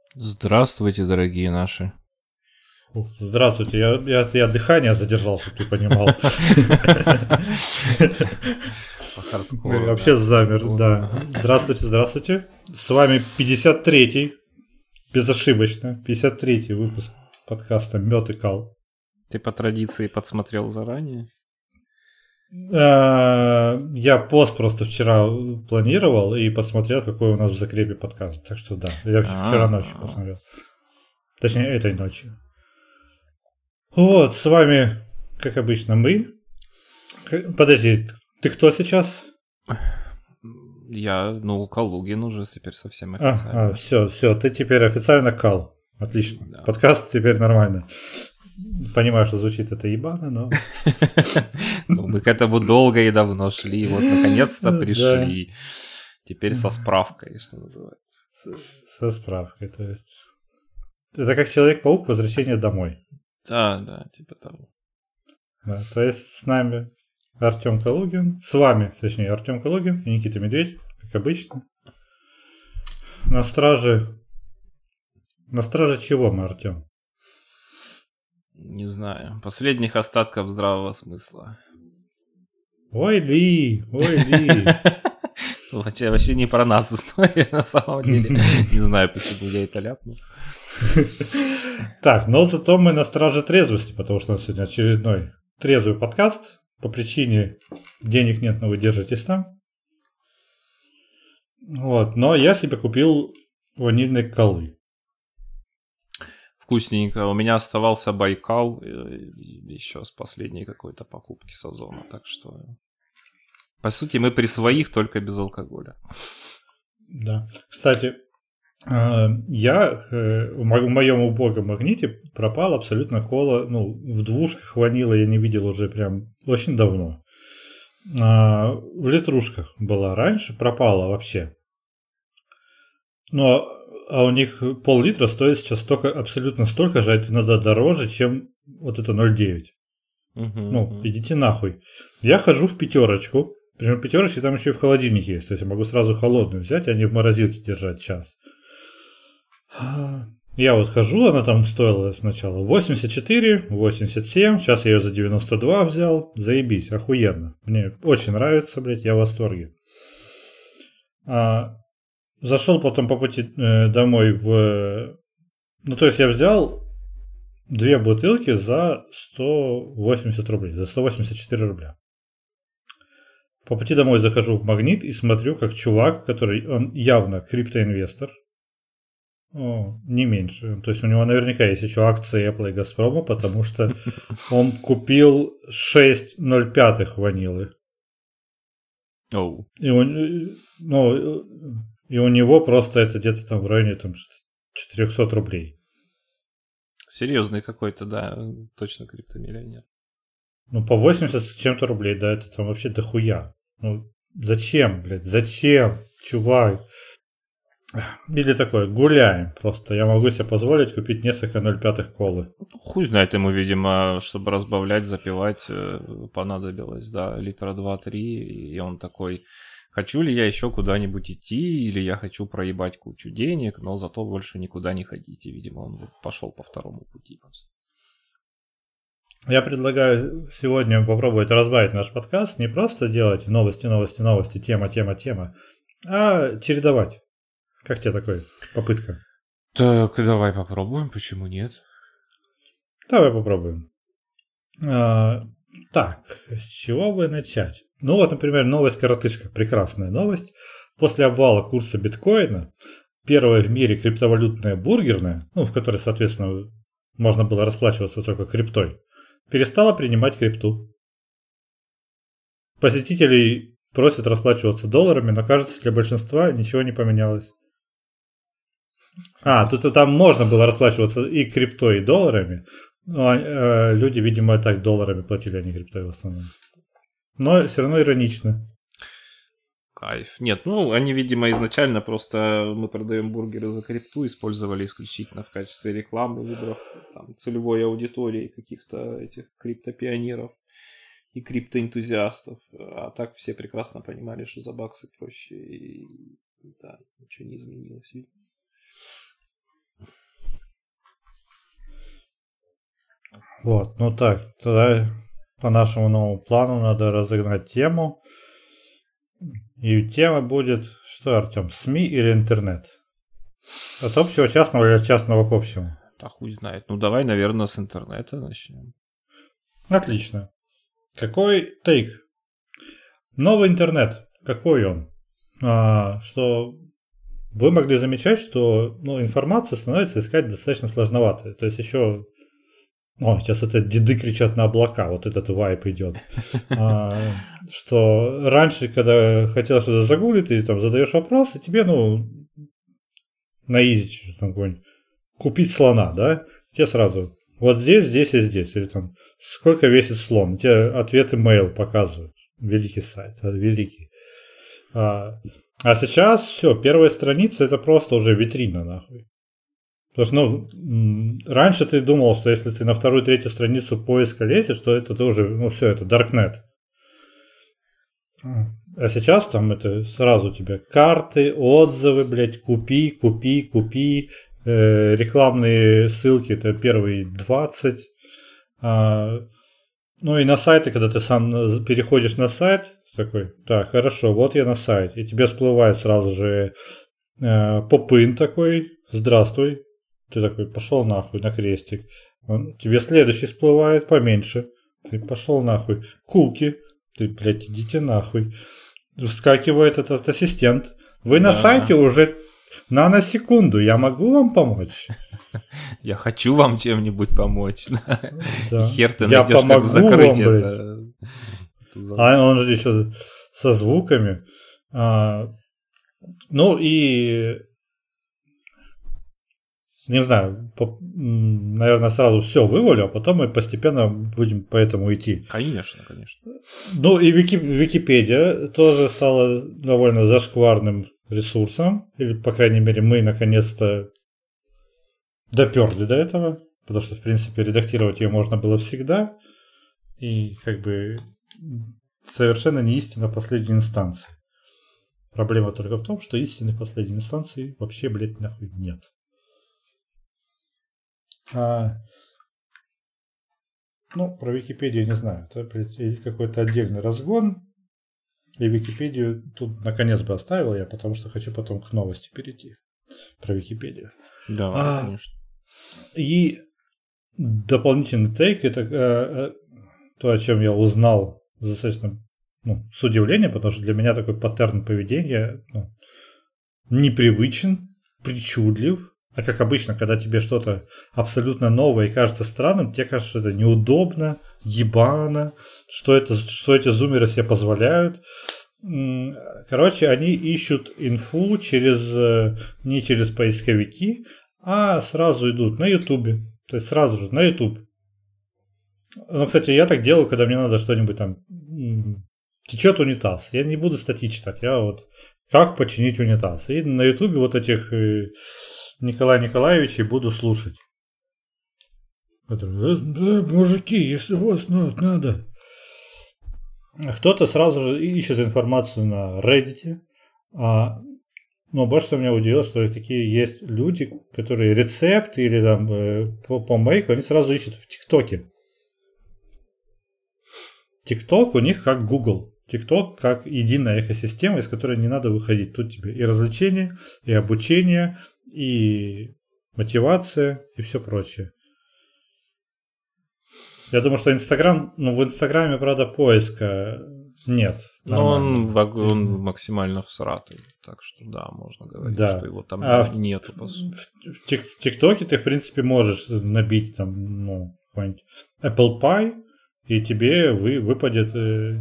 Здравствуйте, дорогие наши. Здравствуйте, я дыхание задержал, чтобы ты понимал. По хардкору, Вообще да. замер, да. Здравствуйте, здравствуйте. С вами 53-й, безошибочно, 53-й выпуск подкаста «Мёд и кал». Ты по традиции подсмотрел заранее? Я пост просто вчера планировал и посмотрел, какой у нас в закрепе подкаст. Так что да, я вчера ночью посмотрел. Точнее, этой ночью. Вот, с вами, как обычно, мы. Подожди, ты кто сейчас? Я, Калугин уже теперь совсем официально. Все, ты теперь официально кал. Отлично. Да. Подкаст теперь нормально. Понимаю, что звучит это ебано, но... Мы к этому долго и давно шли, вот наконец-то пришли. Теперь со справкой, что называется. Со справкой, то есть... Это как Человек-паук «Возвращение домой». Да, типа того. Да, то есть с нами Артём Калугин, с вами, точнее, Артём Калугин и Никита Медведь, как обычно. На страже чего мы, Артём? Не знаю, последних остатков здравого смысла. Ой, Ли! Вообще не про нас история, на самом деле. Не знаю, почему я это ляпнул. Так, но зато мы на страже трезвости, потому что у нас сегодня очередной трезвый подкаст. По причине денег нет, но вы держитесь там. Вот, но я себе купил ванильные колы. Вкусненько. У меня оставался Байкал еще с последней какой-то покупки сезона. Так что, по сути, мы при своих, только без алкоголя. Да. Кстати, в моем убогом магните пропала абсолютно кола. Ну, в двушках ванила я не видел уже прям очень давно. В литрушках была раньше, пропала вообще. А у них пол-литра стоит сейчас абсолютно столько же, это иногда дороже, чем вот это 0,9. Идите нахуй. Я хожу в пятерочку, причем в пятерочке там еще и в холодильнике есть, то есть я могу сразу холодную взять, а не в морозилке держать час. Я вот хожу, она там стоила сначала 84, 87, сейчас я ее за 92 взял, заебись, охуенно. Мне очень нравится, блядь, я в восторге. Зашел потом по пути домой Ну, то есть я взял 2 бутылки за 180 рублей, за 184 рубля. По пути домой захожу в Магнит и смотрю, как чувак, он явно криптоинвестор, не меньше. То есть у него наверняка есть еще акции Apple и Газпрома, потому что он купил 6,05 ванилы. И у него просто это где-то там в районе 400 рублей. Серьезный какой-то, да, точно криптомиллионер. По 80 с чем-то рублей, да, это там вообще дохуя. Зачем, блядь, зачем, чувак? Или такое, гуляем просто. Я могу себе позволить купить несколько 0,5 колы. Хуй знает, ему, видимо, чтобы разбавлять, запивать, понадобилось, да, литра 2-3, и он такой... Хочу ли я еще куда-нибудь идти, или я хочу проебать кучу денег, но зато больше никуда не ходить. И, видимо, он пошел по второму пути просто. Я предлагаю сегодня попробовать разбавить наш подкаст. Не просто делать новости, тема, а чередовать. Как тебе такая попытка? Так, давай попробуем, почему нет? Давай попробуем. Так, с чего бы начать? Например, новость-коротышка. Прекрасная новость. После обвала курса биткоина первая в мире криптовалютная бургерная, в которой, соответственно, можно было расплачиваться только криптой, перестала принимать крипту. Посетителей просят расплачиваться долларами, но, кажется, для большинства ничего не поменялось. Тут там можно было расплачиваться и криптой, и долларами. Люди, видимо, так долларами платили, а не криптой в основном. Но все равно иронично. Кайф. Нет, они, видимо, изначально просто мы продаем бургеры за крипту, использовали исключительно в качестве рекламы, выбрав там целевой аудитории каких-то этих криптопионеров и криптоэнтузиастов. А так все прекрасно понимали, что за баксы проще, и да, ничего не изменилось. Вот, ну так, тогда по нашему новому плану надо разогнать тему. И тема будет, что, Артем, СМИ или интернет? От общего частного или от частного к общему? Да хуй знает. Ну давай, наверное, с интернета начнем. Отлично. Какой тейк? Новый интернет. Какой он? Что вы могли замечать, что информацию становится искать достаточно сложновато. То есть еще... сейчас это деды кричат на облака, вот этот вайп идет. Что раньше, когда хотел что-то загуглить, ты там задаешь вопрос, и тебе, на изи какой-нибудь, купить слона, да? Тебе сразу вот здесь, здесь и здесь. Или там, сколько весит слон? Тебе ответы mail показывают. Великий сайт, великий. А сейчас все, первая страница это просто уже витрина, нахуй. Потому что, раньше ты думал, что если ты на вторую, третью страницу поиска лезешь, то это ты уже, все, это Darknet. А сейчас там это сразу у тебя карты, отзывы, блядь, купи, рекламные ссылки, это первые 20. И на сайты, когда ты сам переходишь на сайт, такой, так, хорошо, вот я на сайте, и тебе всплывает сразу же поп-ин такой, здравствуй, ты такой, пошел нахуй на крестик, тебе следующий всплывает поменьше, ты пошел нахуй, куки, ты, блядь, идите нахуй, вскакивает этот ассистент, вы на сайте уже наносекунду, я могу вам помочь? Я хочу вам чем-нибудь помочь. Да. Хер ты найдешь, как закрыть это. Он же еще со звуками. Не знаю, наверное, сразу все вывалю, а потом мы постепенно будем по этому идти. Конечно. И Википедия тоже стала довольно зашкварным ресурсом. Или, по крайней мере, мы наконец-то доперли до этого. Потому что, в принципе, редактировать ее можно было всегда. И как бы совершенно не истина последней инстанции. Проблема только в том, что истины последней инстанции вообще, блядь, нахуй нет. Про Википедию не знаю. Это есть какой-то отдельный разгон. И Википедию тут наконец бы оставил я, потому что хочу потом к новости перейти. Про Википедию. Да, конечно. И дополнительный тейк это то, о чем я узнал достаточно с удивлением, потому что для меня такой паттерн поведения непривычен, причудлив. А как обычно, когда тебе что-то абсолютно новое и кажется странным, тебе кажется, что это неудобно, ебано, что эти зумеры себе позволяют. Короче, они ищут инфу не через поисковики, а сразу идут на Ютубе. То есть сразу же на Ютуб. Кстати, я так делаю, когда мне надо что-нибудь там... Течет унитаз. Я не буду статьи читать. Я вот как починить унитаз. И на Ютубе вот этих Николая Николаевичей буду слушать. Мужики, если у вас надо... Кто-то сразу же ищет информацию на Reddit. Но больше всего меня удивило, что такие есть люди, которые рецепты или там по мейку, они сразу ищут в ТикТоке. ТикТок у них как Google. ТикТок как единая экосистема, из которой не надо выходить. Тут тебе и развлечения, и обучение, и мотивация, и все прочее. Я думаю, что Инстаграм, в Инстаграме, правда, поиска нет. Но он максимально всратый. Так что да, можно говорить, что его там нету. В ТикТоке ты, в принципе, можешь набить там, какой-нибудь Apple Pie, и тебе выпадет,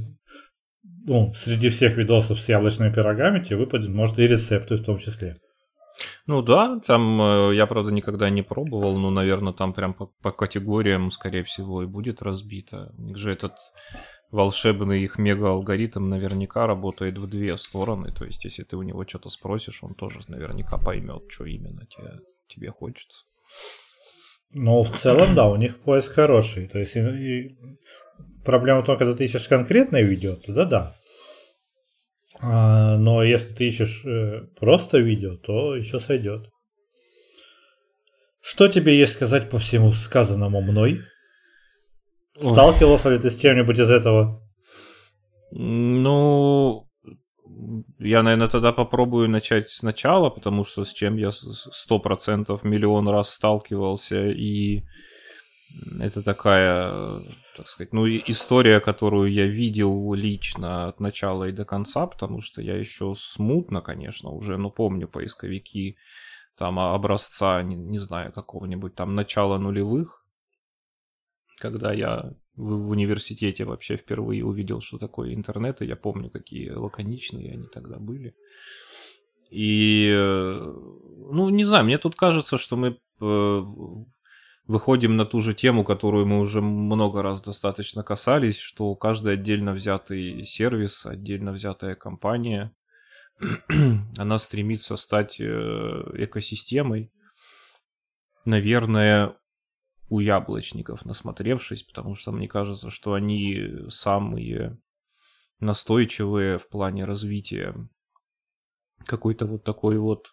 среди всех видосов с яблочными пирогами, тебе выпадет, может, и рецепты в том числе. Да, там я, правда, никогда не пробовал, но, наверное, там прям по категориям, скорее всего, и будет разбито. У них же этот волшебный их мега-алгоритм наверняка работает в две стороны. То есть, если ты у него что-то спросишь, он тоже наверняка поймет, что именно тебе хочется. В целом, да, у них поиск хороший. То есть, проблема в том, когда ты ищешь конкретное видео, то да. Но если ты ищешь просто видео, то еще сойдет. Что тебе есть сказать по всему сказанному мной? Сталкивался ли ты с чем-нибудь из этого? Ну, я, наверное, тогда попробую начать сначала, потому что с чем я 100% миллион раз сталкивался, и это такая, так сказать, ну, история, которую я видел лично от начала и до конца, потому что я еще смутно, конечно, уже, ну, помню поисковики там образца, не знаю, какого-нибудь там начала нулевых, когда я в университете вообще впервые увидел, что такое интернет, и я помню, какие лаконичные они тогда были. И, ну, не знаю, мне тут кажется, что мы выходим на ту же тему, которую мы уже много раз достаточно касались, что каждый отдельно взятый сервис, отдельно взятая компания, она стремится стать экосистемой. Наверное, у яблочников насмотревшись, потому что мне кажется, что они самые настойчивые в плане развития какой-то вот такой вот,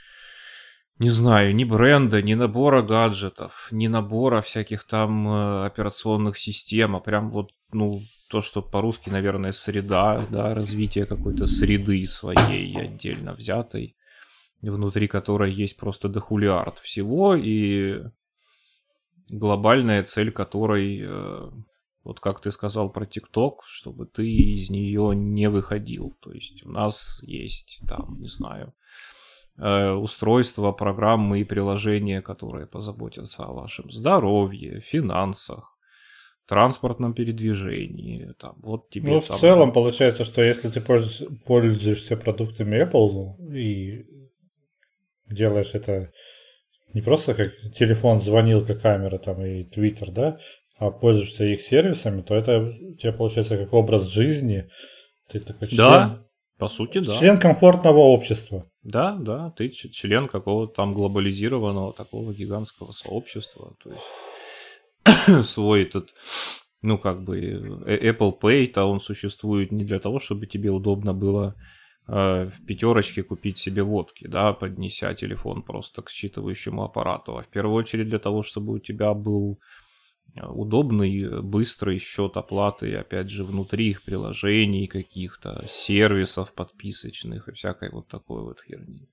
не знаю, ни бренда, ни набора гаджетов, ни набора всяких там операционных систем, а прям вот, ну, то, что по-русски, наверное, среда, да, развитие какой-то среды своей отдельно взятой, внутри которой есть просто дохулиард всего, и глобальная цель которой, вот как ты сказал про ТикТок, чтобы ты из нее не выходил. То есть у нас есть там, не знаю, устройства, программы и приложения, которые позаботятся о вашем здоровье, финансах, транспортном передвижении. Там, вот тебе, Ну, в там... целом, получается, что если ты пользуешься продуктами Apple и делаешь это не просто как телефон, звонилка, камера там и Twitter, да, а пользуешься их сервисами, то это у тебя получается как образ жизни. Ты такой Да, по сути, да. член комфортного общества. Да, да, ты член какого-то там глобализированного такого гигантского сообщества. То есть свой этот, ну как бы Apple Pay-то он существует не для того, чтобы тебе удобно было в пятерочке купить себе водки, да, поднеся телефон просто к считывающему аппарату, а в первую очередь для того, чтобы у тебя был удобный, быстрый счет оплаты, опять же, внутри их приложений каких-то, сервисов подписочных и всякой вот такой вот херни.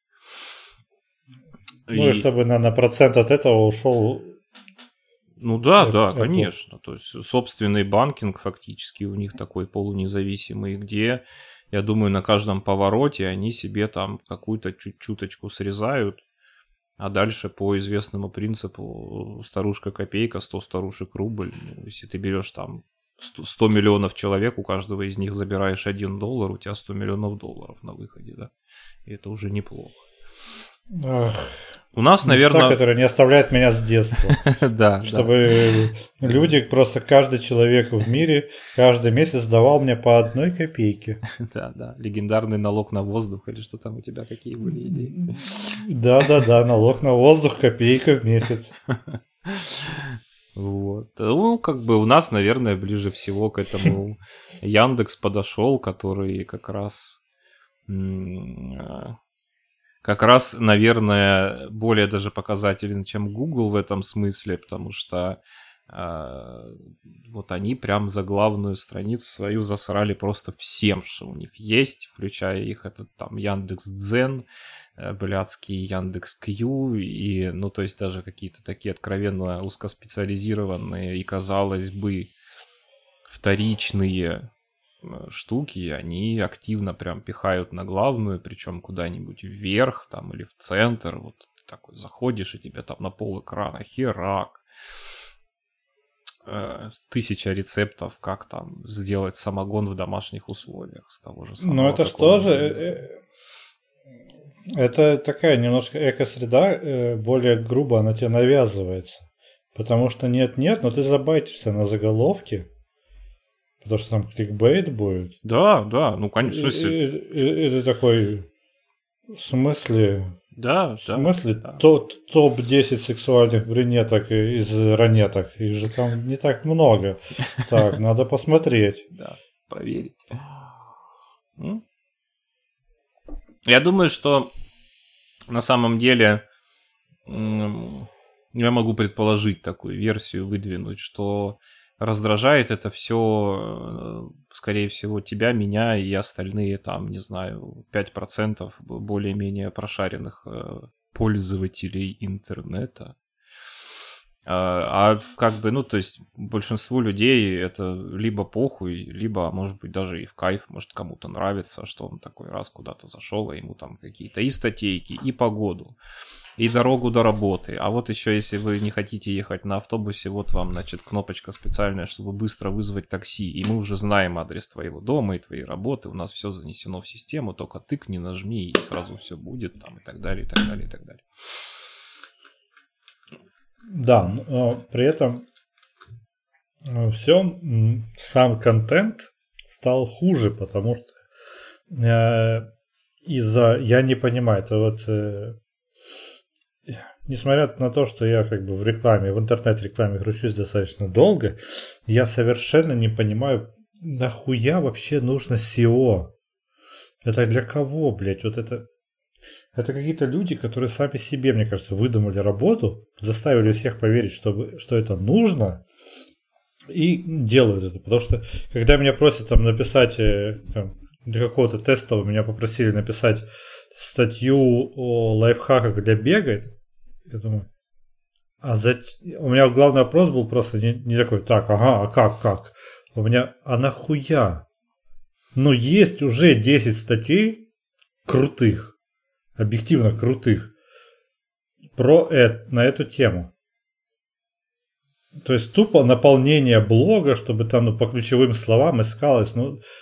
Ну и чтобы на процент от этого ушел. Ну да, да, конечно. То есть собственный банкинг фактически у них такой полунезависимый, где, я думаю, на каждом повороте они себе там какую-то чуточку срезают, а дальше по известному принципу старушка-копейка, 100 старушек рубль. Ну, если ты берешь там 100 миллионов человек, у каждого из них забираешь $1, у тебя 100 миллионов долларов на выходе, да? И это уже неплохо. У нас, наверное... которая не оставляет меня с детства. Да. Чтобы люди, просто каждый человек в мире каждый месяц давал мне по 1 копейке. Да. Легендарный налог на воздух, или что там у тебя, какие были идеи? Да, налог на воздух, копейка в месяц. Вот. Ну, как бы у нас, наверное, ближе всего к этому Яндекс подошел, который как раз, наверное, более даже показателен, чем Google в этом смысле, потому что вот они прям за главную страницу свою засрали просто всем, что у них есть, включая их этот там Яндекс.Дзен, блядский Яндекс.Кью, и, ну, то есть даже какие-то такие откровенно узкоспециализированные и, казалось бы, вторичные штуки, они активно прям пихают на главную, причем куда-нибудь вверх там или в центр. Вот ты такой заходишь, и тебе там на пол экрана херак. 1000 рецептов, как там сделать самогон в домашних условиях с того же самого. Ну это что же? Это такая немножко экосреда, более грубо она тебе навязывается. Потому что нет-нет, но ты забайтишься на заголовке. Потому что там кликбейт будет. Да, ну конечно. И ты такой, в смысле? Да. Топ-10 сексуальных брюнеток из ранеток. Их же там не так много. Так, надо посмотреть. Да, проверить. Я думаю, что на самом деле я могу предположить такую версию, выдвинуть, что раздражает это все, скорее всего, тебя, меня и остальные, там, не знаю, 5% более-менее прошаренных пользователей интернета. А как бы, ну, то есть большинству людей это либо похуй, либо, может быть, даже и в кайф, может, кому-то нравится, что он такой раз куда-то зашел, а ему там какие-то и статейки, и погоду, и дорогу до работы. А вот еще, если вы не хотите ехать на автобусе, вот вам, значит, кнопочка специальная, чтобы быстро вызвать такси, и мы уже знаем адрес твоего дома и твоей работы, у нас все занесено в систему, только тыкни, нажми, и сразу все будет, там, и так далее, и так далее, и так далее. Да, но при этом всем сам контент стал хуже, потому что я не понимаю, это вот несмотря на то, что я как бы в интернет-рекламе кручусь достаточно долго, я совершенно не понимаю, нахуя вообще нужно SEO? Это для кого, блядь? Вот это какие-то люди, которые сами себе, мне кажется, выдумали работу, заставили всех поверить, что это нужно, и делают это. Потому что, когда меня просят там написать, для какого-то тестового, меня попросили написать статью о лайфхаках для бега, я думаю, у меня главный вопрос был просто не такой, так, ага, а как? У меня, а нахуя? Ну, есть уже 10 статей крутых, объективно крутых, на эту тему. То есть тупо наполнение блога, чтобы там по ключевым словам искалось.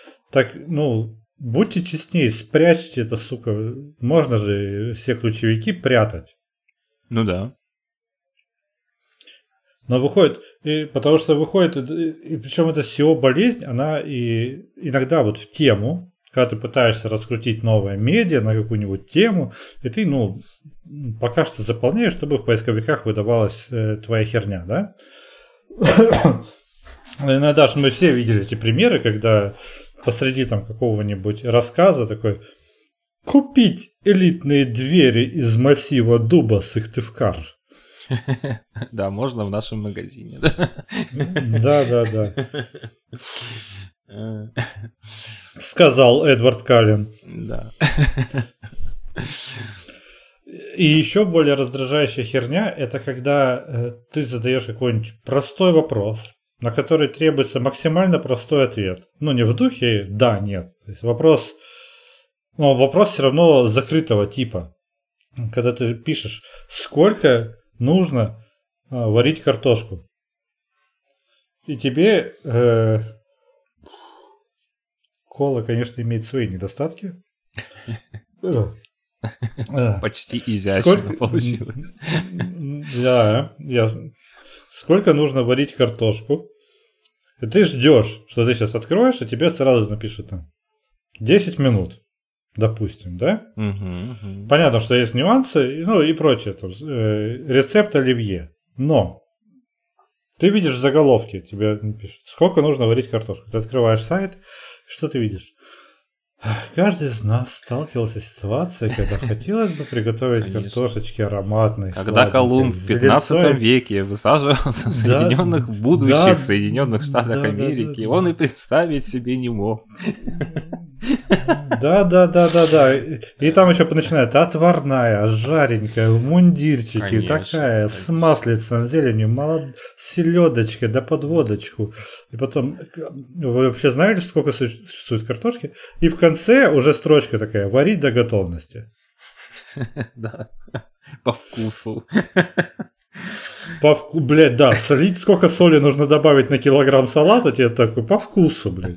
Будьте честнее, спрячьте это, сука. Можно же все ключевики прятать. Ну да. Но выходит, потому что выходит, и причем эта SEO-болезнь, она и иногда вот в тему, когда ты пытаешься раскрутить новое медиа на какую-нибудь тему, и ты, пока что заполняешь, чтобы в поисковиках выдавалась твоя херня, да? Иногда же мы все видели эти примеры, когда посреди там какого-нибудь рассказа такой: купить элитные двери из массива дуба Сыктывкар. Да, можно в нашем магазине. Да. Сказал Эдвард Каллен. Да. И еще более раздражающая херня — это когда ты задаешь какой-нибудь простой вопрос, на который требуется максимально простой ответ. Не в духе «да», «нет». То есть вопрос все равно закрытого типа. Когда ты пишешь, сколько нужно варить картошку. И тебе кола, конечно, имеет свои недостатки. Почти изящно получилось. Да, ясно. Сколько нужно варить картошку? И ты ждешь, что ты сейчас откроешь, и тебе сразу напишут там 10 минут, допустим, да? Понятно, что есть нюансы, и прочее. Рецепт оливье. Но ты видишь в заголовке, тебе пишут, сколько нужно варить картошку. Ты открываешь сайт, что ты видишь? Каждый из нас сталкивался с ситуацией, когда хотелось бы приготовить картошечки ароматной. Когда Колумб в 15 веке высаживался в Соединенных Штатах Америки, он и представить себе не мог. Да. И там еще начинают отварная, жаренькая, в мундирчике, конечно, такая, с маслицем, зеленью, с селедочкой, да под водочку. И потом, вы вообще знаете, сколько существует картошки? И в конце уже строчка такая: варить до готовности. Да, по вкусу. Блядь, да, солить, сколько соли нужно добавить на килограмм салата, тебе такой, по вкусу, блядь.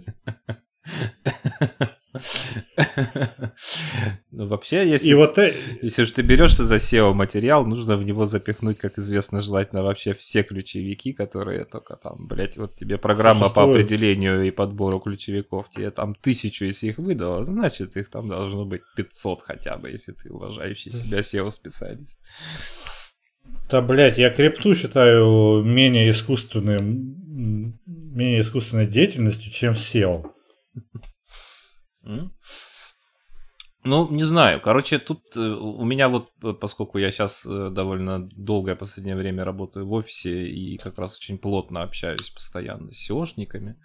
Вообще, если же ты берешься за SEO-материал, нужно в него запихнуть, как известно, желательно вообще все ключевики, которые только там, блядь, вот тебе программа по определению и подбору ключевиков, тебе там 1000, если их выдала, значит, их там должно быть 500 хотя бы, если ты уважающий себя SEO-специалист. Да, блядь, я крипту считаю менее искусственной деятельностью, чем SEO. Ну, не знаю. Короче, тут у меня вот, поскольку я сейчас довольно долгое последнее время работаю в офисе и как раз очень плотно общаюсь постоянно с SEOшниками,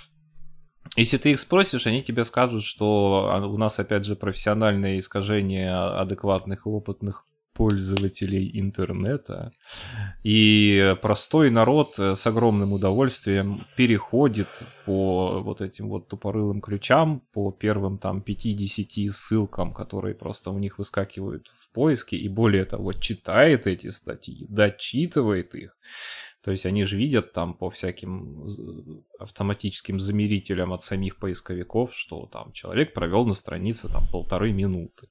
если ты их спросишь, они тебе скажут, что у нас, опять же, профессиональное искажение адекватных и опытных пользователей интернета, и простой народ с огромным удовольствием переходит по вот этим вот тупорылым ключам, по первым там 5-10 ссылкам, которые просто у них выскакивают в поиске, и более того, читает эти статьи, дочитывает их. То есть они же видят там по всяким автоматическим замерителям от самих поисковиков, что там человек провел на странице там 1,5 минуты.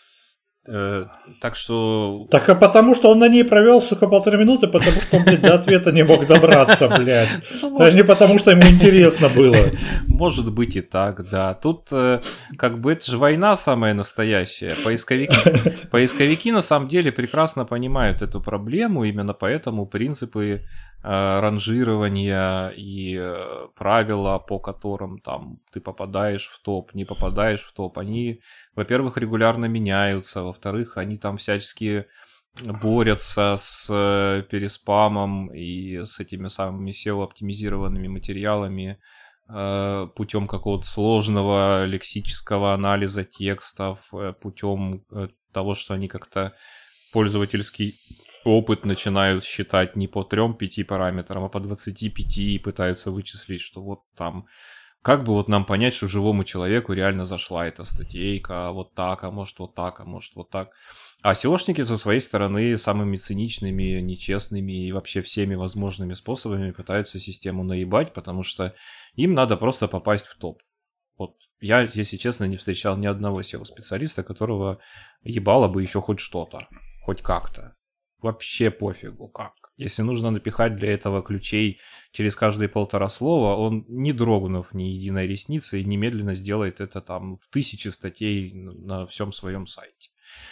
Так что... Так, а потому что он на ней провел, сука, 1,5 минуты, потому что он, блядь, до ответа не мог добраться, блядь. Даже не потому, что ему интересно было. Может быть и так, да. Тут как бы это же война самая настоящая. Поисковики на самом деле прекрасно понимают эту проблему, именно поэтому принципы ранжирования и правила, по которым там ты попадаешь в топ, не попадаешь в топ, они, во-первых, регулярно меняются, во-вторых, они там всячески борются с переспамом и с этими самыми SEO-оптимизированными материалами путем какого-то сложного лексического анализа текстов, путем того, что они как-то пользовательский опыт начинают считать не по 3-5 параметрам, а по 25 и пытаются вычислить, что вот там, как бы вот нам понять, что живому человеку реально зашла эта статейка, вот так, а может вот так, а может вот так. А SEOшники со своей стороны самыми циничными, нечестными и вообще всеми возможными способами пытаются систему наебать, потому что им надо просто попасть в топ. Вот я, если честно, не встречал ни одного SEO-специалиста, которого ебало бы еще хоть что-то, хоть как-то. Вообще пофигу как. Если нужно напихать для этого ключей через каждые 1,5 слова, он, не дрогнув ни единой ресницей, немедленно сделает это там в 1000 статей на всем своем сайте.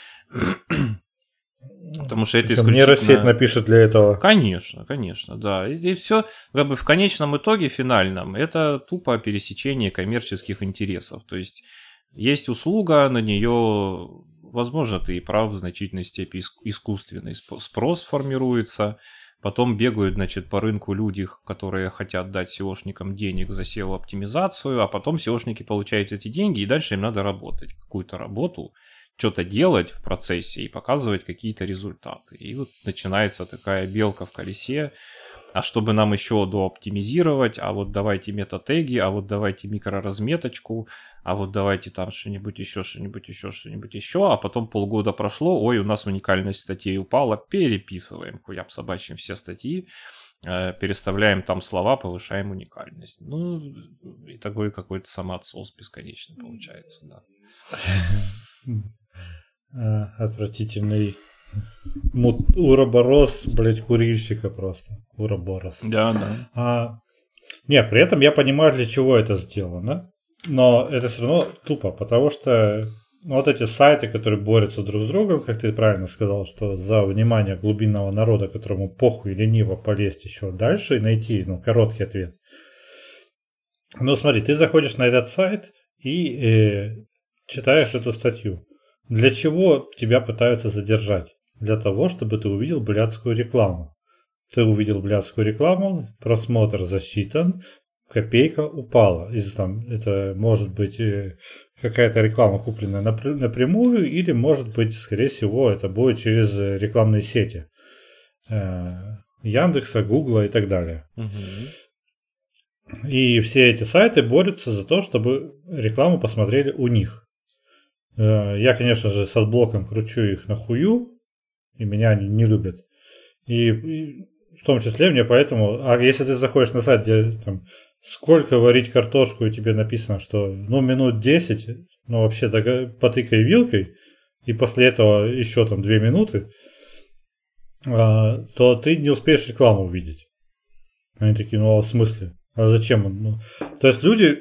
Потому что это исключительно... Нейросеть напишет для этого. Конечно, конечно, да. И все, как бы в конечном итоге, финальном, это тупо пересечение коммерческих интересов. То есть услуга, на нее... Возможно, ты и прав, в значительной степени искусственный спрос формируется, потом бегают, значит, по рынку люди, которые хотят дать SEOшникам денег за SEO-оптимизацию, а потом SEOшники получают эти деньги, и дальше им надо работать, какую-то работу, что-то делать в процессе и показывать какие-то результаты. И вот начинается такая белка в колесе, а чтобы нам еще дооптимизировать, а вот давайте метатеги, а вот давайте микроразметочку, а вот давайте там что-нибудь еще, а потом полгода прошло, ой, у нас уникальность статей упала, переписываем хуяб собачьим все статьи, переставляем там слова, повышаем уникальность. Ну, и такой какой-то самоотсос бесконечный получается, да. Отвратительный уроборос, блять, курильщика просто. Уроборос. Да. Не, при этом я понимаю, для чего это сделано, но это все равно тупо, потому что вот эти сайты, которые борются друг с другом, как ты правильно сказал, что за внимание глубинного народа, которому похуй лениво полезть еще дальше и найти короткий ответ. Ну смотри, ты заходишь на этот сайт и читаешь эту статью. Для чего тебя пытаются задержать? Для того, чтобы ты увидел блядскую рекламу. Ты увидел блядскую рекламу, просмотр засчитан, копейка упала. Это может быть какая-то реклама, купленная напрямую, или может быть, скорее всего, это будет через рекламные сети Яндекса, Гугла и так далее. И все эти сайты борются за то, чтобы рекламу посмотрели у них. Я, конечно же, с отблоком кручу их на хую, и меня они не любят. И в том числе мне поэтому... А если ты заходишь на сайт, где там сколько варить картошку, и тебе написано, что минут 10, вообще потыкай вилкой, и после этого еще там 2 минуты, то ты не успеешь рекламу увидеть. Они такие, а в смысле? А зачем? То есть люди...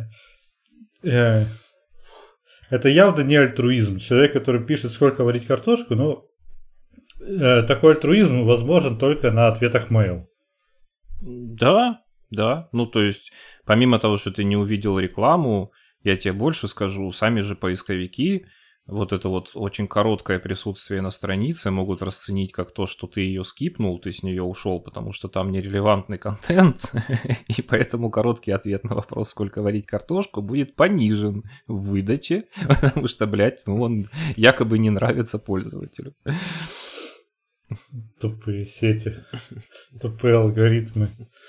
Это явно не альтруизм. Человек, который пишет, сколько варить картошку, такой альтруизм возможен только на ответах mail. Да. То есть, помимо того, что ты не увидел рекламу, я тебе больше скажу, сами же поисковики вот это вот очень короткое присутствие на странице могут расценить как то, что ты ее скипнул, ты с нее ушел, потому что там нерелевантный контент, и поэтому короткий ответ на вопрос, сколько варить картошку, будет понижен в выдаче, потому что, блядь, ну он якобы не нравится пользователю. Тупые сети, тупые алгоритмы.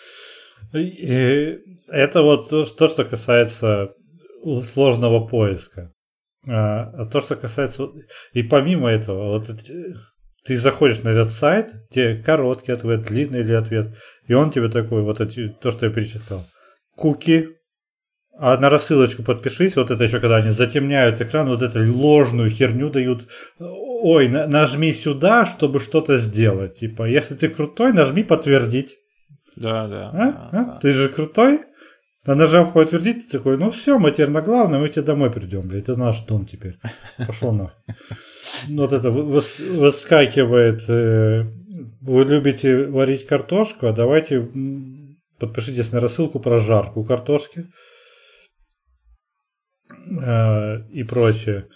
И это вот то, что касается сложного поиска. А то, что касается... И помимо этого, вот ты заходишь на этот сайт, где короткий ответ, длинный или ответ, и он тебе такой, вот эти, то, что я перечислял. Куки, а на рассылочку подпишись, вот это еще когда они затемняют экран, вот эту ложную херню дают. Ой, нажми сюда, чтобы что-то сделать. Типа, если ты крутой, нажми подтвердить. Да. Ты же крутой? А нажав подтвердить, ты такой, ну все, мы теперь на главное, мы тебе домой придем, блядь, это наш дом теперь. Пошел нахуй. Вот это выскакивает, вы любите варить картошку, а давайте подпишитесь на рассылку про жарку картошки и прочее.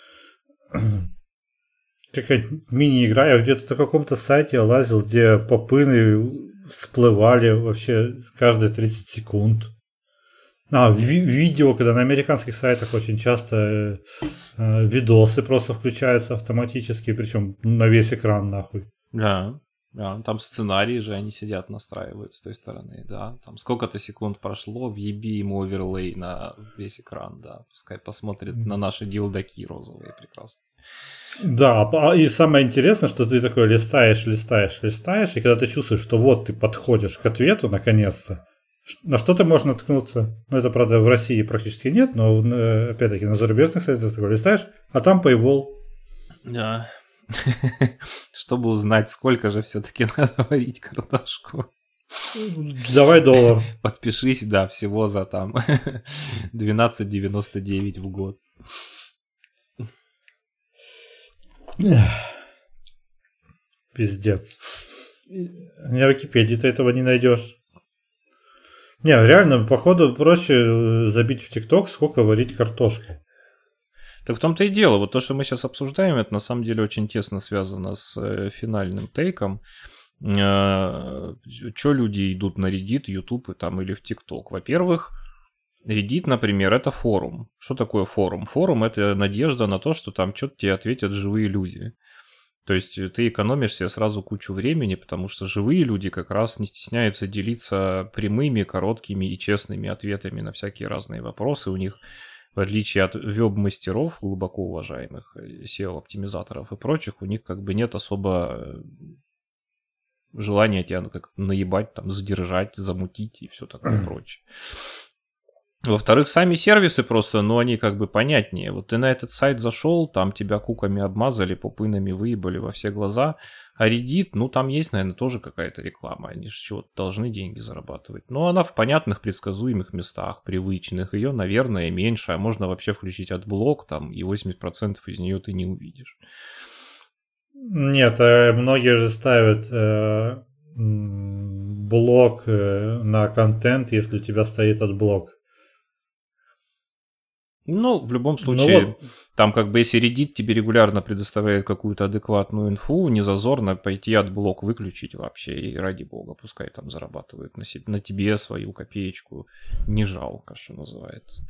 Какая-то мини-игра, я где-то на каком-то сайте лазил, где попыны всплывали вообще каждые 30 секунд. Видео, когда на американских сайтах очень часто видосы просто включаются автоматически, причем на весь экран нахуй. Да, там сценарии же, они сидят, настраивают с той стороны, да. Там сколько-то секунд прошло, въеби ему оверлей на весь экран, да. Пускай посмотрит на наши дилдаки розовые прекрасно. Да, и самое интересное, что ты такой листаешь, и когда ты чувствуешь, что вот ты подходишь к ответу наконец-то, на что-то можно наткнуться. Ну, это, правда, в России практически нет, но, опять-таки, на зарубежных сайтах такой листаешь, а там Paywall. Да. Чтобы узнать, сколько же все-таки надо варить картошку. Давай $1. Подпишись, да, всего за там $12.99 в год. Пиздец. На Википедии ты этого не найдешь. Не, реально, походу, проще забить в ТикТок, сколько варить картошку. Так в том-то и дело. Вот то, что мы сейчас обсуждаем, это на самом деле очень тесно связано с финальным тейком. Что люди идут на Reddit, YouTube или в ТикТок? Во-первых, Reddit, например, это форум. Что такое форум? Форум – это надежда на то, что там что-то тебе ответят живые люди. То есть ты экономишь себе сразу кучу времени, потому что живые люди как раз не стесняются делиться прямыми, короткими и честными ответами на всякие разные вопросы. У них, в отличие от веб-мастеров, глубоко уважаемых SEO-оптимизаторов и прочих, у них как бы нет особо желания тебя как наебать, там, задержать, замутить и все такое прочее. Во-вторых, сами сервисы просто, они как бы понятнее. Вот ты на этот сайт зашел, там тебя куками обмазали, попынами выебали во все глаза. А Reddit, там есть, наверное, тоже какая-то реклама. Они же чего-то должны деньги зарабатывать. Но она в понятных, предсказуемых местах, привычных. Ее, наверное, меньше. А можно вообще включить отблок, и 80% из нее ты не увидишь. Нет, многие же ставят блок на контент, если у тебя стоит отблок. В любом случае, там как бы если Reddit тебе регулярно предоставляет какую-то адекватную инфу, не зазорно пойти отблок выключить вообще, и ради бога, пускай там зарабатывают на тебе свою копеечку, не жалко, что называется.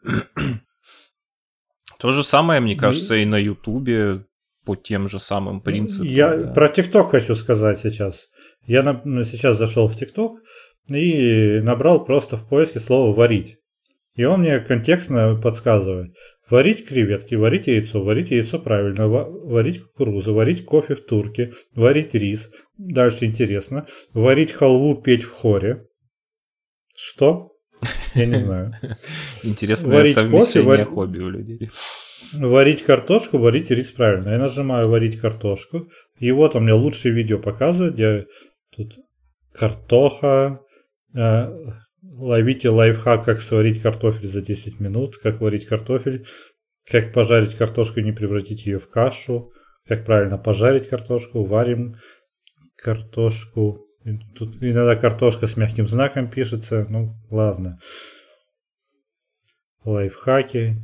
То же самое, мне кажется, и на Ютубе по тем же самым принципам. Я про ТикТок хочу сказать сейчас. Я сейчас зашел в ТикТок и набрал просто в поиске слово «варить». И он мне контекстно подсказывает. Варить креветки, варить яйцо правильно, варить кукурузу, варить кофе в турке, варить рис. Дальше интересно. Варить халву, петь в хоре. Что? Я не знаю. Интересное совмещение хобби у людей. Варить картошку, варить рис правильно. Я нажимаю «варить картошку». И вот он мне лучшее видео показывает, где тут картоха... Ловите лайфхак, как сварить картофель за 10 минут, как варить картофель, как пожарить картошку и не превратить ее в кашу, как правильно пожарить картошку, варим картошку. Тут иногда картошка с мягким знаком пишется, ладно. Лайфхаки.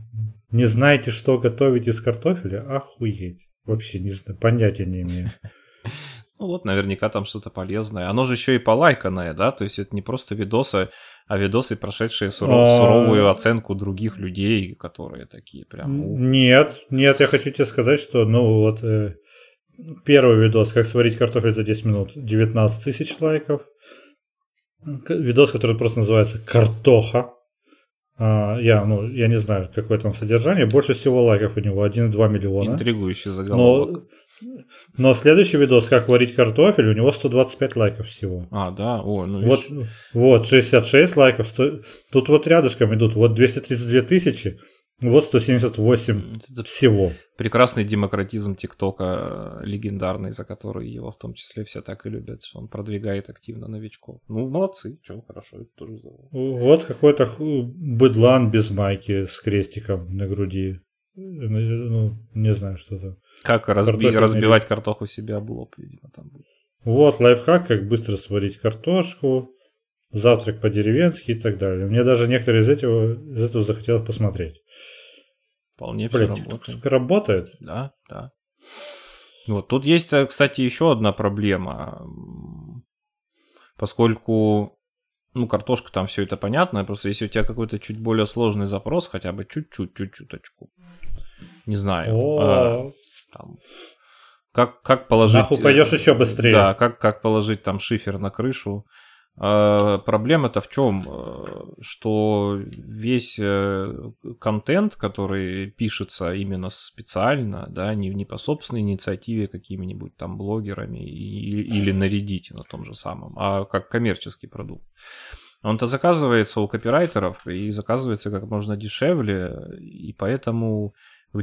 Не знаете, что готовить из картофеля? Охуеть. Вообще не знаю, понятия не имею. Ну вот, наверняка там что-то полезное. Оно же еще и полайканное, да? То есть это не просто видосы, а видосы, прошедшие суровую оценку других людей, которые такие прям... Нет, я хочу тебе сказать, что, первый видос, как сварить картофель за 10 минут, 19 тысяч лайков. Видос, который просто называется «Картоха». Я не знаю, какое там содержание. Больше всего лайков у него 1,2 миллиона. Интригующий заголовок. Но следующий видос, как варить картофель, у него 125 лайков всего. Да? Вот 66 лайков. Тут вот рядышком идут. Вот 232 тысячи. Вот 178 всего. Прекрасный демократизм ТикТока, легендарный, за который его в том числе все так и любят, что он продвигает активно новичков. Ну, молодцы, что хорошо, это тоже здорово. Вот какой-то быдлан без майки с крестиком на груди. Не знаю, что это. Как разбивать картоху себе об лоб, видимо, там будет. Вот лайфхак, как быстро сварить картошку, завтрак по-деревенски и так далее. Мне даже некоторые из этого захотелось посмотреть. Вполне все работает. Работает? Да. Вот тут есть, кстати, еще одна проблема. Поскольку, картошка там все это понятно, просто если у тебя какой-то чуть более сложный запрос, хотя бы чуть-чуточку, не знаю, там, как положить... Нахуй пойдешь еще быстрее. Да, как положить там шифер на крышу. Проблема-то в чем? Что весь контент, который пишется именно специально, да, не по собственной инициативе какими-нибудь там блогерами или на Reddit на том же самом, а как коммерческий продукт. Он-то заказывается у копирайтеров и заказывается как можно дешевле, и поэтому в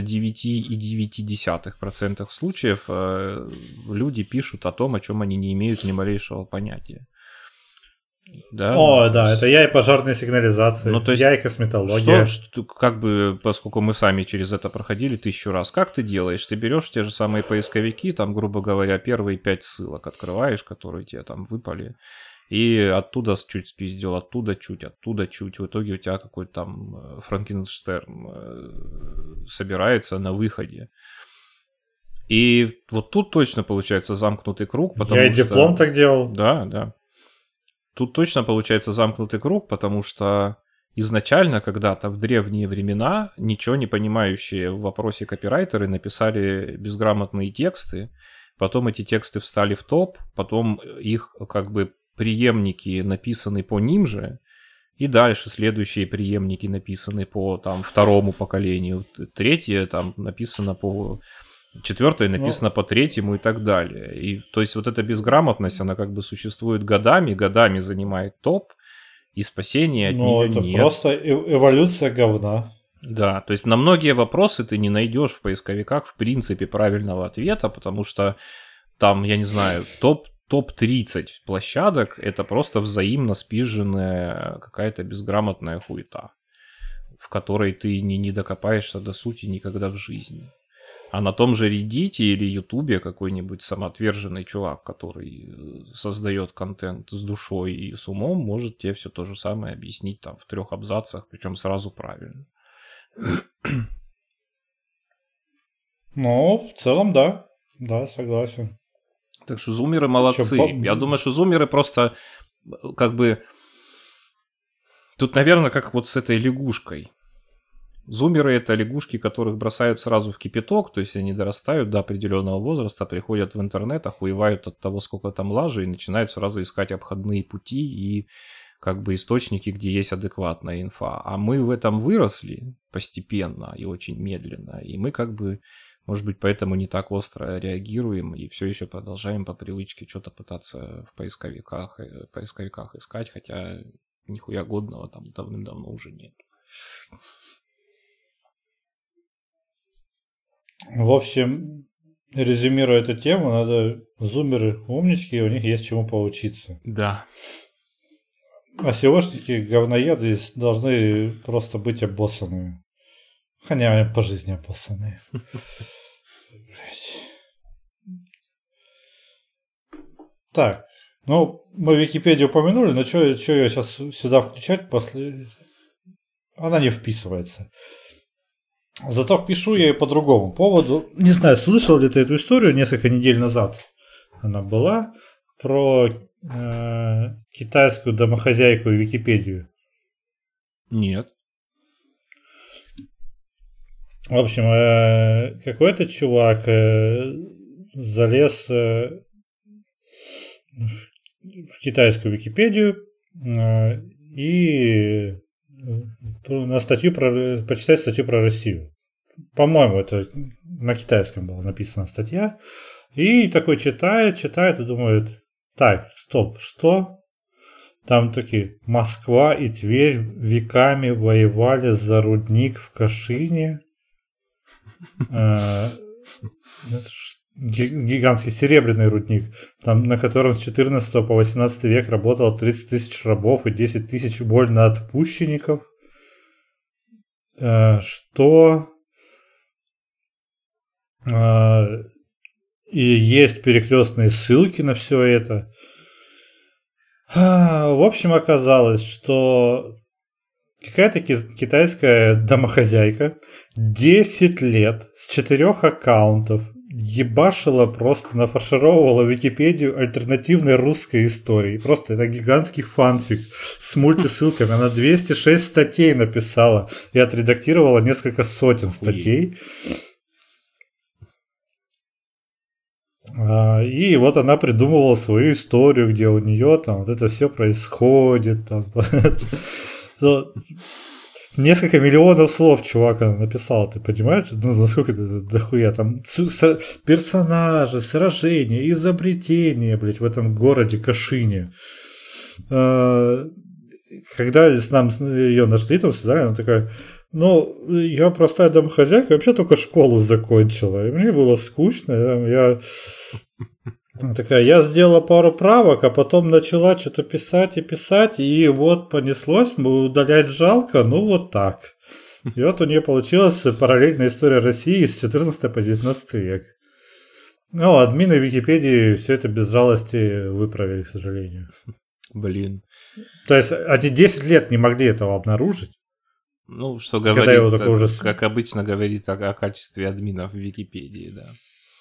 99,9% случаев люди пишут о том, о чем они не имеют ни малейшего понятия. Да, это я и пожарная сигнализация, то есть, я и косметология. Как бы, поскольку мы сами через это проходили 1000 раз, как ты делаешь? Ты берешь те же самые поисковики, там, грубо говоря, первые 5 ссылок открываешь, которые тебе там выпали, и оттуда чуть спиздил, оттуда чуть, в итоге у тебя какой-то там Франкенштерн собирается на выходе. И вот тут точно получается замкнутый круг, потому что... Я и диплом так делал. Да. Тут точно получается замкнутый круг, потому что изначально когда-то в древние времена ничего не понимающие в вопросе копирайтеры написали безграмотные тексты, потом эти тексты встали в топ, потом их как бы преемники написаны по ним же, и дальше следующие преемники написаны по там второму поколению, третье там написано по... Четвертое написано по третьему и так далее. И то есть вот эта безграмотность, она как бы существует годами занимает топ, и спасения от нее это нет. Просто эволюция говна. Да, то есть на многие вопросы ты не найдешь в поисковиках в принципе правильного ответа, потому что там, я не знаю, топ-30 площадок это просто взаимно спизженная какая-то безграмотная хуета, в которой ты не докопаешься до сути никогда в жизни. А на том же Reddit или Ютубе какой-нибудь самоотверженный чувак, который создает контент с душой и с умом, может тебе все то же самое объяснить там в 3 абзацах, причем сразу правильно. В целом, да. Да, согласен. Так что зумеры молодцы. Я думаю, что зумеры просто как бы... Тут, наверное, как вот с этой лягушкой. Зумеры – это лягушки, которых бросают сразу в кипяток, то есть они дорастают до определенного возраста, приходят в интернет, охуевают от того, сколько там лажи, и начинают сразу искать обходные пути и как бы источники, где есть адекватная инфа. А мы в этом выросли постепенно и очень медленно, и мы как бы, может быть, поэтому не так остро реагируем и все еще продолжаем по привычке что-то пытаться в поисковиках искать, хотя нихуя годного там давным-давно уже нет. В общем, резюмируя эту тему, надо зумеры умнички, у них есть чему поучиться. Да. А SEOшники говноеды должны просто быть обоссанными. Хотя по жизни обоссанные. Так, мы Википедию упомянули, но что ее сейчас сюда включать после... Она не вписывается. Зато пишу я и по другому поводу. Не знаю, слышал ли ты эту историю, несколько недель назад она была, про китайскую домохозяйку и Википедию. Нет. В общем, какой-то чувак залез в китайскую Википедию и на статью почитать статью про Россию. По-моему, это на китайском была написана статья. И такой читает и думает: так, стоп, что? Там такие: Москва и Тверь веками воевали за рудник в Кашине. Гигантский серебряный рудник, там, на котором с 14 по 18 век работало 30 тысяч рабов и 10 тысяч вольноотпущенников. Что? И есть перекрестные ссылки на все это. В общем, оказалось, что какая-то китайская домохозяйка 10 лет с 4 аккаунтов ебашила, просто нафаршировала Википедию альтернативной русской истории. Просто это гигантский фанфик с мультисылками. Она 206 статей написала и отредактировала несколько сотен статей. И вот она придумывала свою историю, где у нее там вот это все происходит. Там, несколько миллионов слов чувак написал, ты понимаешь? Ну, насколько это дохуя? Там персонажи, сражения, изобретения, блядь, в этом городе Кашине. Когда нам ее нашли, там сказали, она такая: ну, я простая домохозяйка, вообще только школу закончила, и мне было скучно, я сделала пару правок, а потом начала что-то писать, и вот понеслось, удалять жалко, ну вот так. И вот у нее получилась параллельная история России с 14 по 19 век. Ну, админы Википедии все это без жалости выправили, к сожалению. Блин. То есть они 10 лет не могли этого обнаружить. Ну, что говорит, как обычно говорит о качестве админов в Википедии, да.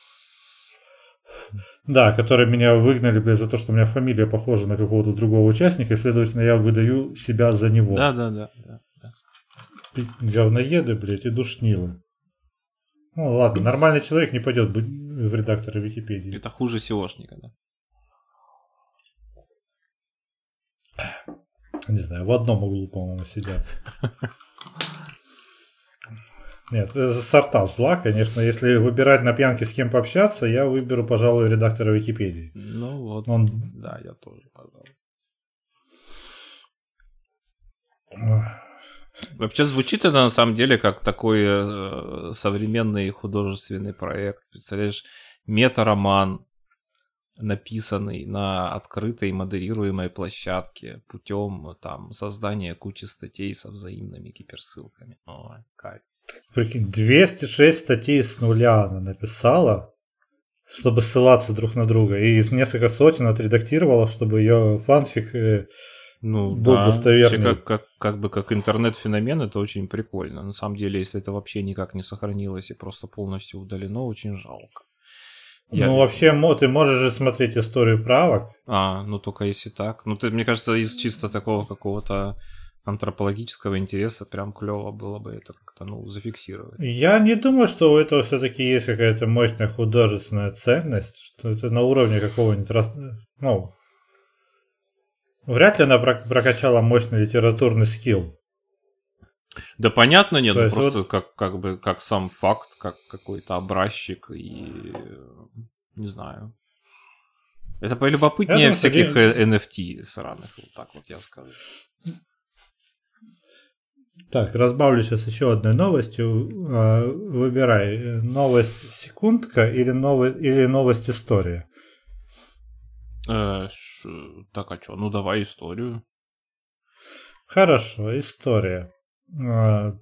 Да, которые меня выгнали, блядь, за то, что у меня фамилия похожа на какого-то другого участника, и, следовательно, я выдаю себя за него. Да. Говноеды, блядь, и душнилы. Ну, ладно, нормальный человек не пойдет быть в редактора Википедии. Это хуже SEOшника, да. Не знаю, в одном углу, по-моему, сидят. Нет, это сорта зла, конечно. Если выбирать на пьянке с кем пообщаться, я выберу, пожалуй, редактора Википедии. Ну вот, да, я тоже, пожалуй. Вообще звучит это на самом деле как такой современный художественный проект. Представляешь, мета-роман, написанный на открытой модерируемой площадке путем там создания кучи статей со взаимными гиперссылками. Ой, кайф. Прикинь, 206 статей с нуля она написала, чтобы ссылаться друг на друга, и несколько сотен отредактировала, чтобы ее фанфик был достоверный. Вообще, как интернет-феномен, это очень прикольно. На самом деле, если это вообще никак не сохранилось и просто полностью удалено, очень жалко. Вообще, ты можешь же смотреть историю правок. Ну только если так. Ну, мне кажется, из чисто такого какого-то антропологического интереса прям клево было бы это как-то, зафиксировать. Я не думаю, что у этого все-таки есть какая-то мощная художественная ценность, что это на уровне какого-нибудь... вряд ли она прокачала мощный литературный скилл. Да понятно, нет, просто как сам факт, как какой-то образчик и... Не знаю. Это полюбопытнее всяких NFT сраных, вот так вот я скажу. Так, разбавлю сейчас еще одной новостью. Выбирай, новость секундка или новость история. Так, а что? Давай историю. Хорошо, история. В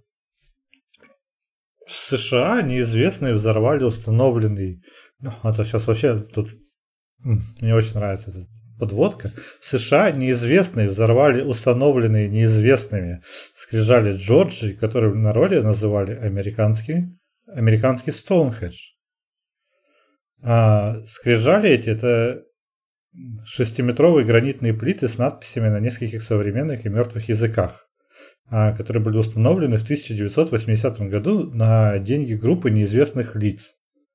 США неизвестные взорвали установленный... это сейчас вообще тут... Мне очень нравится этот подводка. В США неизвестные взорвали установленные неизвестными скрижали Джорджии, которые в народе называли американский Стоунхендж. А скрижали эти это 6-метровые гранитные плиты с надписями на нескольких современных и мертвых языках, которые были установлены в 1980 году на деньги группы неизвестных лиц.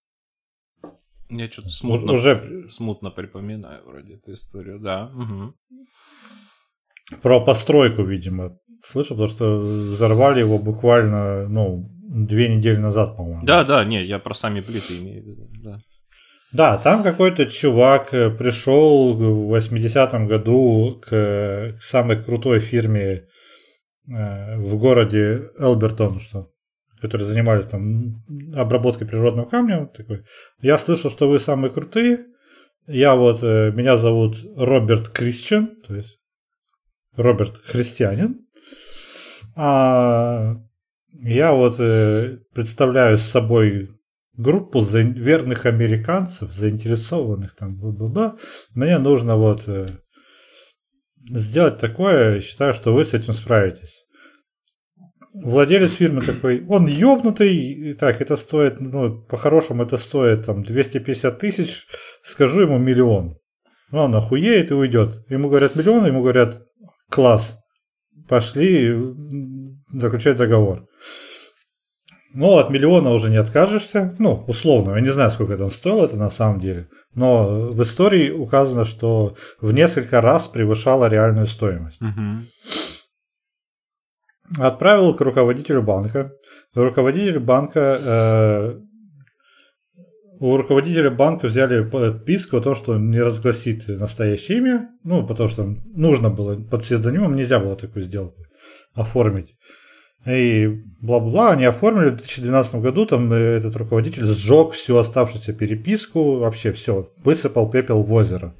Я что-то смутно припоминаю вроде эту историю, да. Угу. Про постройку, видимо, слышал, потому что взорвали его буквально, 2 недели назад, по-моему. Да, не, я про сами плиты имею в виду, да. Да, там какой-то чувак пришел в 80-м году к самой крутой фирме в городе Элбертон, которые занимались там обработкой природного камня. Такой: я слышал, что вы самые крутые. Меня зовут Роберт Кристиан, то есть Роберт Христианин. Я представляю с собой группу верных американцев, заинтересованных там, бла-бла-бла. Мне нужно сделать такое, считаю, что вы с этим справитесь. Владелец фирмы такой: он ёбнутый, так, это стоит, по-хорошему это стоит там 250 тысяч, скажу ему 1 миллион. Он охуеет и уйдет. Ему говорят 1 миллион, ему говорят: класс, пошли заключать договор. От 1 миллиона уже не откажешься, условно, я не знаю, сколько там стоило это на самом деле, но в истории указано, что в несколько раз превышало реальную стоимость. Угу. Отправил к руководителю банка. У руководителя банка взяли подписку о том, что он не разгласит настоящее имя, потому что нужно было, под псевдонимом нельзя было такую сделку оформить. И бла-бла, они оформили в 2012 году, там этот руководитель сжег всю оставшуюся переписку, вообще все, высыпал пепел в озеро.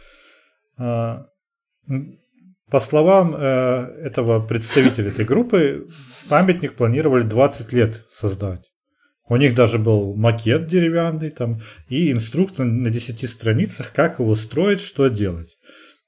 По словам этого представителя этой группы, памятник планировали 20 лет создать. У них даже был макет деревянный там, и инструкция на 10 страницах, как его строить, что делать.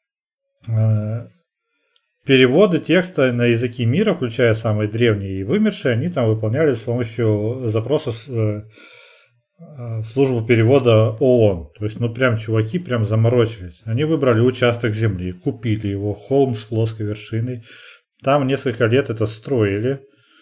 Переводы текста на языки мира, включая самые древние и вымершие, они там выполняли с помощью запросов в службу перевода ООН. То есть, прям чуваки прям заморочились. Они выбрали участок земли, купили его, холм с плоской вершиной. Там несколько лет это строили.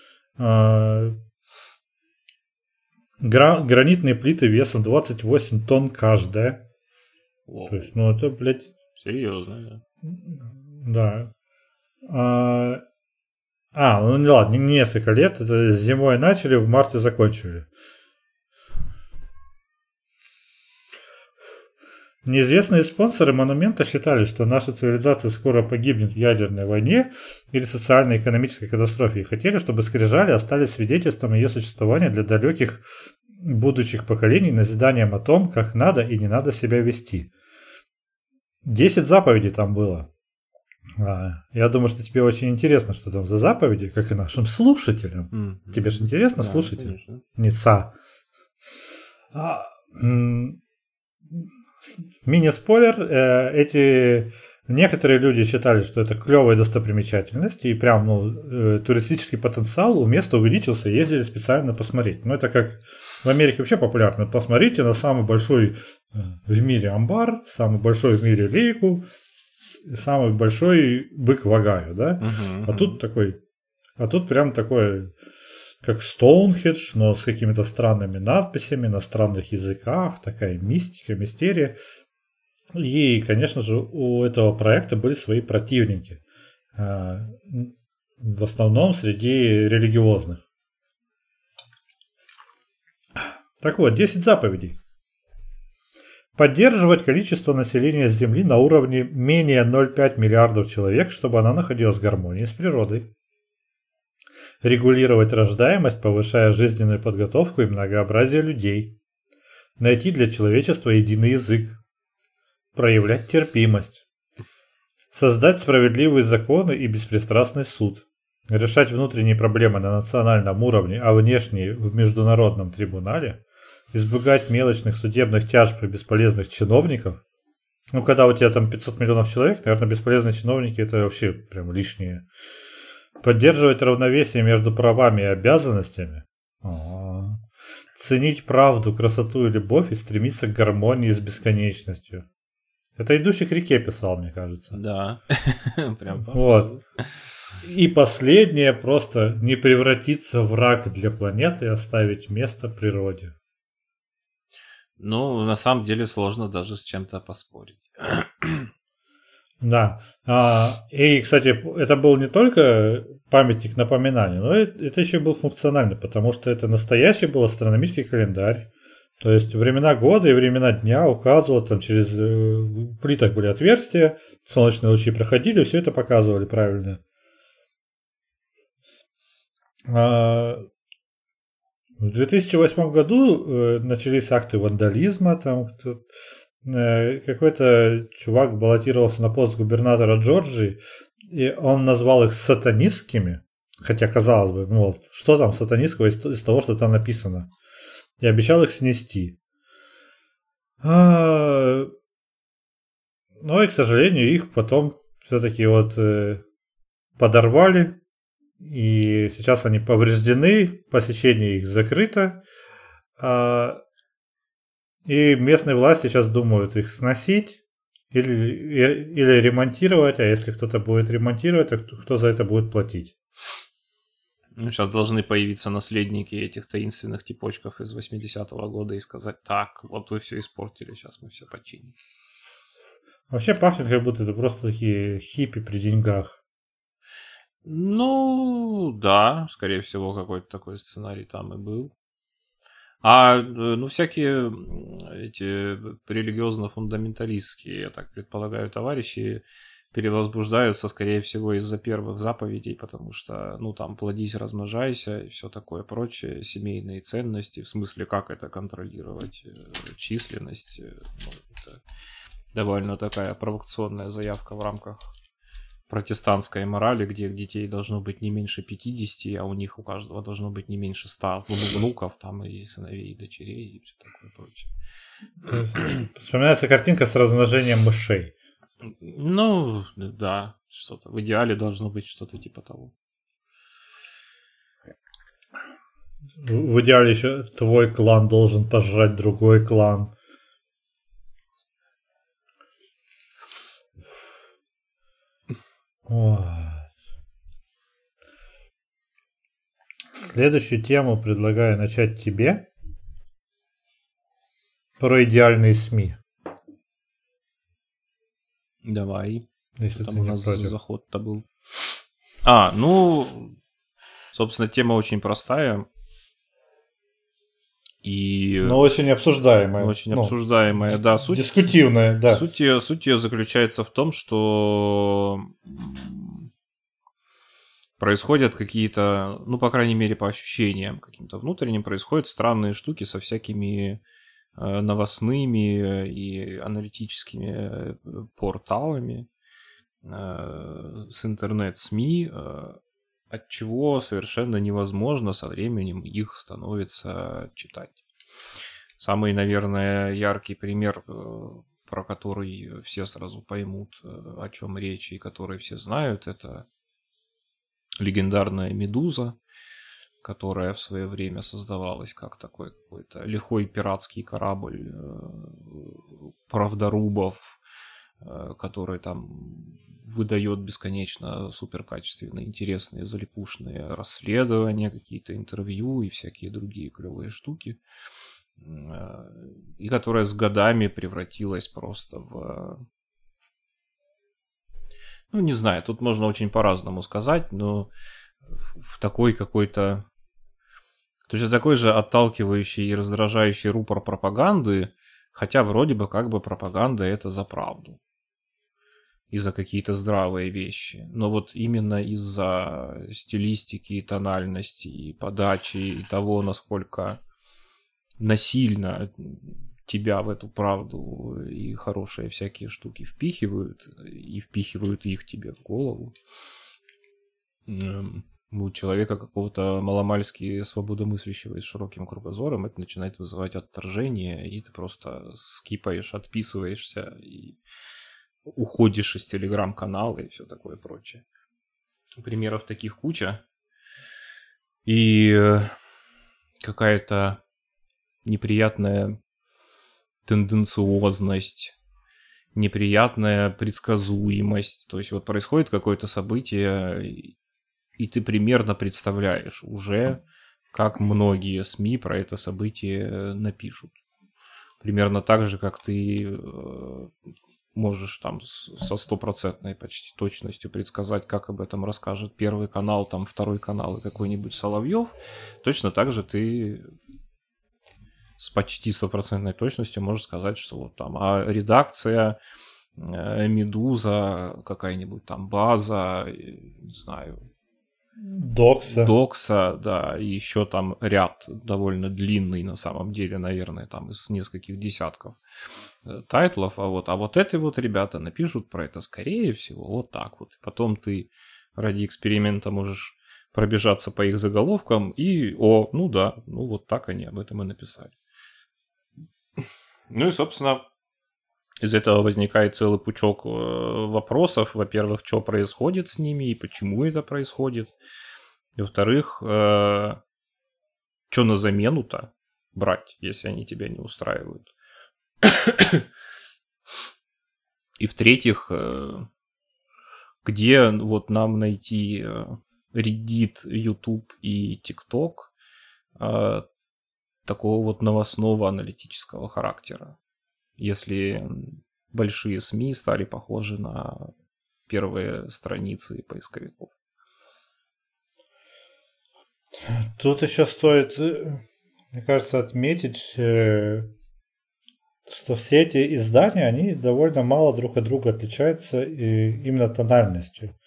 Гранитные плиты весом 28 тонн каждая. Wow. То есть, это, блядь... Серьезно, да. Да. Ладно, не несколько лет. Это зимой начали, в марте закончили. Неизвестные спонсоры монумента считали, что наша цивилизация скоро погибнет в ядерной войне или социально-экономической катастрофе, и хотели, чтобы скрижали остались свидетельством ее существования для далеких будущих поколений, назиданием о том, как надо и не надо себя вести. 10 заповедей там было. Я думаю, что тебе очень интересно, что там за заповеди, как и нашим слушателям. Mm-hmm. Тебе же интересно, да, слушатель? Конечно. Ница. Мини-спойлер. Некоторые люди считали, что это клевая достопримечательность, и прям туристический потенциал у места увеличился, ездили специально посмотреть. Это как в Америке вообще популярно. Посмотрите на самый большой в мире амбар, самый большой в мире лейку, самый большой бык в Огайо, да? А тут прям такое, как Стоунхендж, но с какими-то странными надписями на странных языках, такая мистика, мистерия. И, конечно же, у этого проекта были свои противники. В основном среди религиозных. Так вот, 10 заповедей. Поддерживать количество населения Земли на уровне менее 0,5 миллиардов человек, чтобы она находилась в гармонии с природой. Регулировать рождаемость, повышая жизненную подготовку и многообразие людей. Найти для человечества единый язык. Проявлять терпимость. Создать справедливые законы и беспристрастный суд. Решать внутренние проблемы на национальном уровне, а внешние в международном трибунале. Избегать мелочных судебных тяжб и бесполезных чиновников. Ну, когда у тебя там 500 миллионов человек, наверное, бесполезные чиновники это вообще прям лишние. Поддерживать равновесие между правами и обязанностями. А. Ценить правду, красоту и любовь и стремиться к гармонии с бесконечностью. Это идущий к реке писал, мне кажется. Да, прям вот. И последнее просто не превратиться в рак для планеты и оставить место природе. Ну, на самом деле сложно даже с чем-то поспорить. Да. И, кстати, это был не только памятник напоминания, но это еще был функциональный, потому что это настоящий был астрономический календарь. То есть времена года и времена дня указывал, там через плитах были отверстия, солнечные лучи проходили, все это показывали правильно. В 2008 году начались акты вандализма, там какой-то чувак баллотировался на пост губернатора Джорджии, и он назвал их сатанистскими, хотя казалось бы, ну вот, что там сатанистского из того, что там написано, и обещал их снести. Но и, к сожалению, их потом все-таки вот подорвали, и сейчас они повреждены, посещение их закрыто, и местные власти сейчас думают их сносить или ремонтировать, а если кто-то будет ремонтировать, то кто за это будет платить? Ну, сейчас должны появиться наследники этих таинственных типочков из 80-го года и сказать: так, вот вы все испортили, сейчас мы все починим. Вообще пахнет, как будто это просто такие хиппи при деньгах. Ну, да, скорее всего, какой-то такой сценарий там и был. Ну, всякие эти религиозно-фундаменталистские, я так предполагаю, товарищи перевозбуждаются, скорее всего, из-за первых заповедей, потому что, ну, там, плодись, размножайся и все такое прочее, семейные ценности, в смысле, как это контролировать, численность, ну, это довольно такая провокационная заявка в рамках протестантской морали, где детей должно быть не меньше 50, а у них у каждого должно быть не меньше 100 внуков, там и сыновей, и дочерей, и все такое прочее. Вспоминается картинка с размножением мышей. Ну, да, что-то. В идеале должно быть что-то типа того. В идеале еще твой клан должен пожрать другой клан. Следующую тему предлагаю начать тебе. Про идеальные СМИ. Давай. Если там ты у не нас против. заход-то был. Собственно, тема очень простая. Но очень обсуждаемая. Очень обсуждаемая, да. Дискутивная, да. Суть ее заключается в том, что происходят какие-то, ну, по крайней мере, по ощущениям каким-то внутренним, происходят странные штуки со всякими новостными и аналитическими порталами, с интернет-СМИ, от чего совершенно невозможно со временем их становится читать. Самый, наверное, яркий пример, про который все сразу поймут, о чем речь, и который все знают, это легендарная «Медуза», которая в свое время создавалась как такой какой-то лихой пиратский корабль правдорубов, который там выдает бесконечно суперкачественные, интересные, залипушные расследования, какие-то интервью и всякие другие клевые штуки. И которая с годами превратилась просто в... Ну, не знаю, тут можно очень по-разному сказать, но в такой какой-то... Точно такой же отталкивающий и раздражающий рупор пропаганды, хотя вроде бы как бы пропаганда это за правду. И за какие-то здравые вещи. Но вот именно из-за стилистики, тональности, и подачи, и того, насколько насильно тебя в эту правду и хорошие всякие штуки впихивают, и впихивают их тебе в голову, у человека какого-то маломальски свободомыслящего и с широким кругозором, это начинает вызывать отторжение, и ты просто скипаешь, отписываешься и уходишь из телеграм-канала и все такое прочее. Примеров таких куча. И какая-то неприятная тенденциозность, неприятная предсказуемость. То есть вот происходит какое-то событие, и ты примерно представляешь уже, как многие СМИ про это событие напишут. Примерно так же, как ты можешь там со стопроцентной почти точностью предсказать, как об этом расскажет Первый канал, там Второй канал и какой-нибудь Соловьев. Точно так же ты с почти стопроцентной точностью можешь сказать, что вот там редакция, Медуза, какая-нибудь там База, не знаю, Докса, да, и еще там ряд довольно длинный на самом деле, наверное, там из нескольких десятков тайтлов, а вот эти вот ребята напишут про это, скорее всего, вот так вот. Потом ты ради эксперимента можешь пробежаться по их заголовкам и, ну да, ну вот так они об этом и написали. Ну и, собственно, из этого возникает целый пучок вопросов. Во-первых, что происходит с ними и почему это происходит. И во-вторых, что на замену-то брать, если они тебя не устраивают. И в-третьих, где вот нам найти Reddit, YouTube и TikTok такого вот новостного аналитического характера, если большие СМИ стали похожи на первые страницы поисковиков. Тут еще стоит, мне кажется, отметить, что все эти издания, они довольно мало друг от друга отличаются именно тональностью.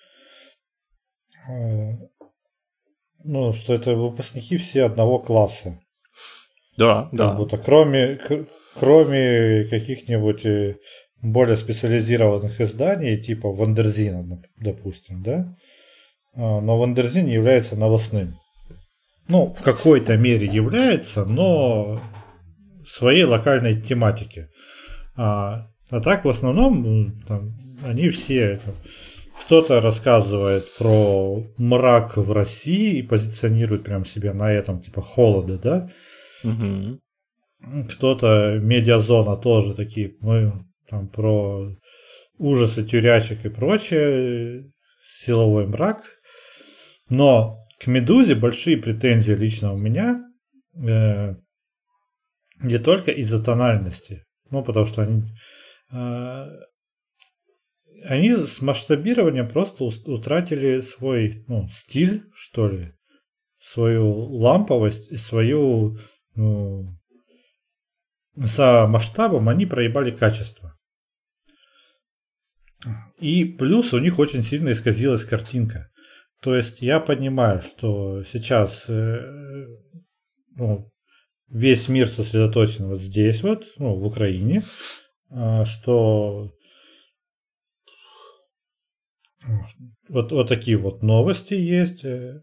Ну, что это выпускники все одного класса. Да, да. Будто кроме каких-нибудь более специализированных изданий, типа Вандерзина, допустим, да? Но Вандерзин является новостным. Ну, в какой-то мере является, но своей локальной тематике. А так в основном там, они все... Кто-то рассказывает про мрак в России и позиционирует прям себя на этом, типа холода, да? Угу. Кто-то, медиазона тоже такие, мы там про ужасы тюрячек и прочее, силовой мрак. Но к Медузе большие претензии лично у меня не только из-за тональности, ну, потому что они с масштабированием просто утратили свой стиль, что ли, свою ламповость и свою... за масштабом они проебали качество. И плюс у них очень сильно исказилась картинка. То есть я понимаю, что сейчас весь мир сосредоточен вот здесь вот, в Украине, что вот такие вот новости есть,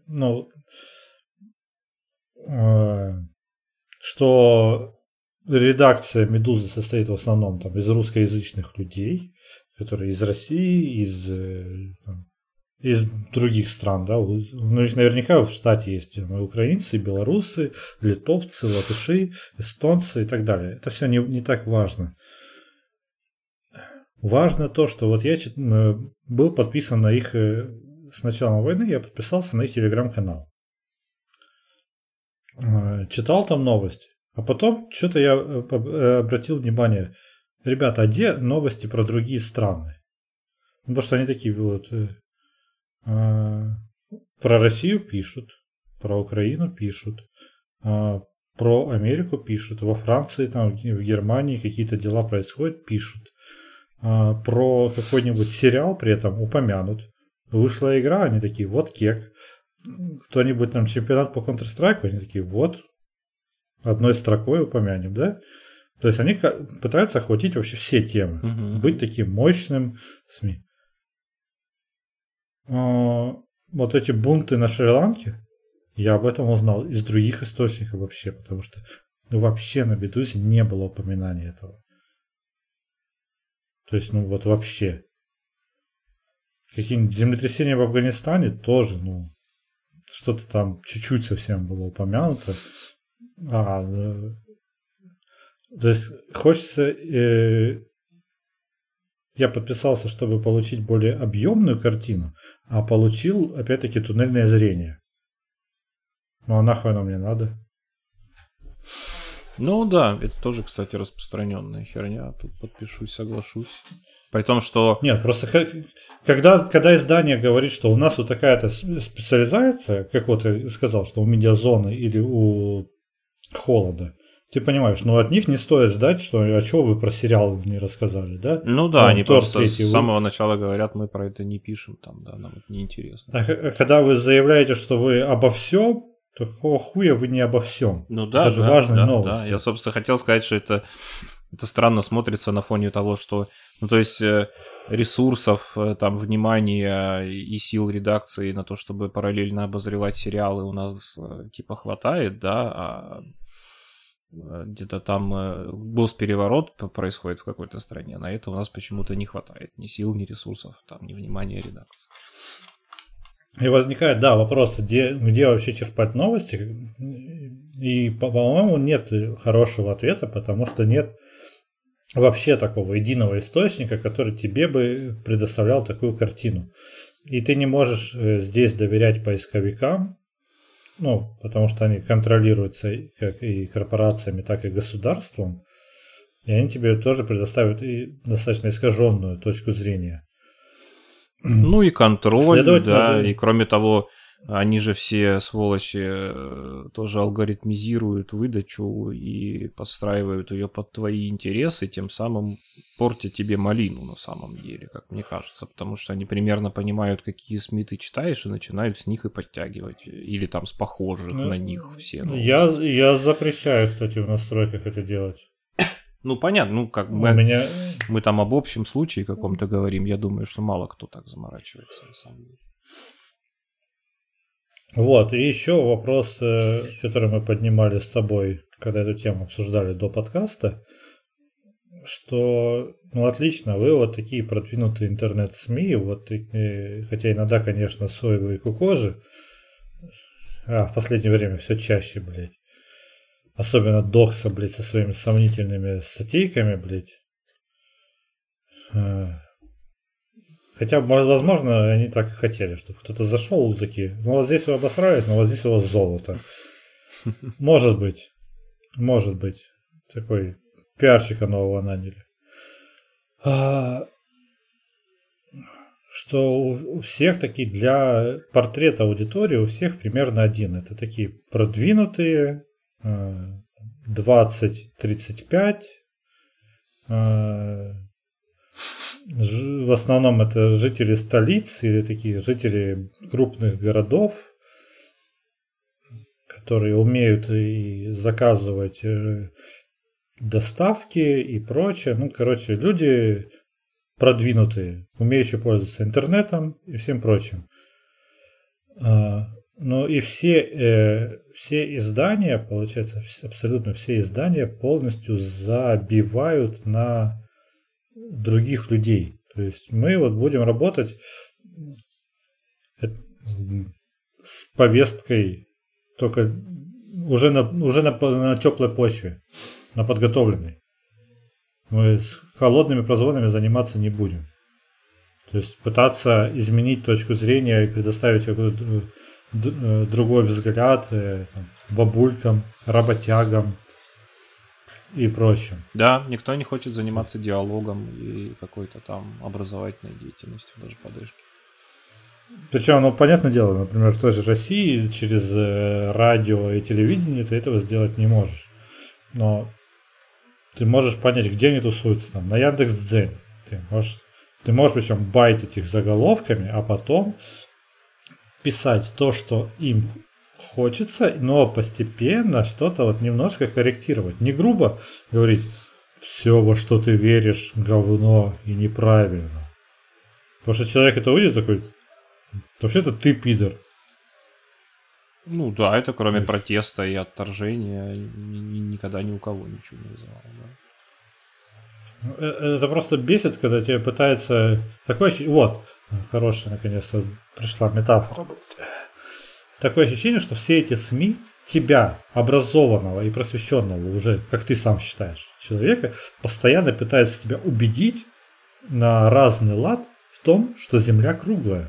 что редакция «Медузы» состоит в основном там из русскоязычных людей, которые из России, из других стран, да, наверняка в штате есть украинцы, белорусы, литовцы, латыши, эстонцы и так далее. Это все не так важно. Важно то, что вот я был подписан на их, с начала войны я подписался на их телеграм-канал. Читал там новости. А потом что-то я обратил внимание, ребята, а где новости про другие страны? Потому что они такие вот, про Россию пишут, про Украину пишут, про Америку пишут, во Франции, там, в Германии какие-то дела происходят, пишут. Про какой-нибудь сериал при этом упомянут. Вышла игра, они такие, вот кек. Кто-нибудь там чемпионат по Counter-Strike, они такие, вот, одной строкой упомянем, да? То есть они пытаются охватить вообще все темы, быть таким мощным СМИ. вот эти бунты на Шри-Ланке, я об этом узнал из других источников вообще, потому что вообще на Медузе не было упоминания этого. То есть, вот вообще. Какие-нибудь землетрясения в Афганистане тоже, что-то там чуть-чуть совсем было упомянуто. То есть хочется... я подписался, чтобы получить более объемную картину, а получил, опять-таки, туннельное зрение. А нахуй оно мне надо? Да, это тоже, кстати, распространенная херня. Тут подпишусь, соглашусь. При том, что... Нет, просто когда издание говорит, что у нас вот такая-то специализация, как вот я сказал, что у медиазоны или у холода, ты понимаешь, от них не стоит ждать, что а чего вы про сериал не рассказали, да? Они просто с самого начала говорят, мы про это не пишем, нам это неинтересно. А когда вы заявляете, что вы обо всем, то какого хуя вы не обо всем? Это же важная новость. Да. Я, собственно, хотел сказать, что это странно смотрится на фоне того, что, ресурсов, там, внимания и сил редакции на то, чтобы параллельно обозревать сериалы у нас, хватает, да, а где-то там госпереворот происходит в какой-то стране, на это у нас почему-то не хватает ни сил, ни ресурсов, там, ни внимания редакции. И возникает, вопрос, где вообще черпать новости, и, по-моему, нет хорошего ответа, потому что нет вообще такого единого источника, который тебе бы предоставлял такую картину. И ты не можешь здесь доверять поисковикам, потому что они контролируются как и корпорациями, так и государством, и они тебе тоже предоставят и достаточно искаженную точку зрения. И контроль, да, и кроме того, они же все, сволочи, тоже алгоритмизируют выдачу и подстраивают ее под твои интересы, тем самым портят тебе малину на самом деле, как мне кажется, потому что они примерно понимают, какие СМИ ты читаешь, и начинают с них и подтягивать, или там с похожих на них все. Я запрещаю, кстати, в настройках это делать. Понятно, мы там об общем случае каком-то говорим, я думаю, что мало кто так заморачивается, на самом деле. Вот, и еще вопрос, который мы поднимали с тобой, когда эту тему обсуждали до подкаста, что, отлично, вы вот такие продвинутые интернет-СМИ, хотя иногда, конечно, соевые кукожи, в последнее время все чаще, блядь, особенно Докса, блядь, со своими сомнительными статейками, блядь. Хотя, возможно, они так и хотели, чтобы кто-то зашел и такие, вот здесь вы обосрались, но вот здесь у вас золото. Может быть. Такой пиарщика нового наняли. Что у всех такие, для портрета аудитории, у всех примерно один. Это такие продвинутые, 20-35, в основном это жители столиц или такие жители крупных городов, которые умеют и заказывать доставки и прочее. Люди продвинутые, умеющие пользоваться интернетом и всем прочим. Но и все издания, получается, абсолютно все издания полностью забивают на других людей. То есть мы будем работать с повесткой только уже на теплой почве, на подготовленной. Мы с холодными прозвонами заниматься не будем. То есть пытаться изменить точку зрения и предоставить какой-то другой взгляд бабулькам, работягам и прочим. Да, никто не хочет заниматься диалогом и какой-то там образовательной деятельностью, даже поддержки. Причем, понятное дело, например, в той же России через радио и телевидение ты этого сделать не можешь. Но ты можешь понять, где они тусуются, там, на Яндекс.Дзене. Ты можешь причем байтить их заголовками, а потом писать то, что им хочется, но постепенно что-то немножко корректировать. Не грубо говорить, все, во что ты веришь, говно и неправильно. Потому что человек это увидит такой, то вообще-то ты пидор. Ну да, это кроме протеста и отторжения никогда ни у кого ничего не вызывало. Да. Это просто бесит, когда тебе пытается... Такое ощущение... Вот, хорошая наконец-то пришла метафора. Такое ощущение, что все эти СМИ тебя, образованного и просвещенного уже, как ты сам считаешь, человека, постоянно пытаются тебя убедить на разный лад в том, что Земля круглая.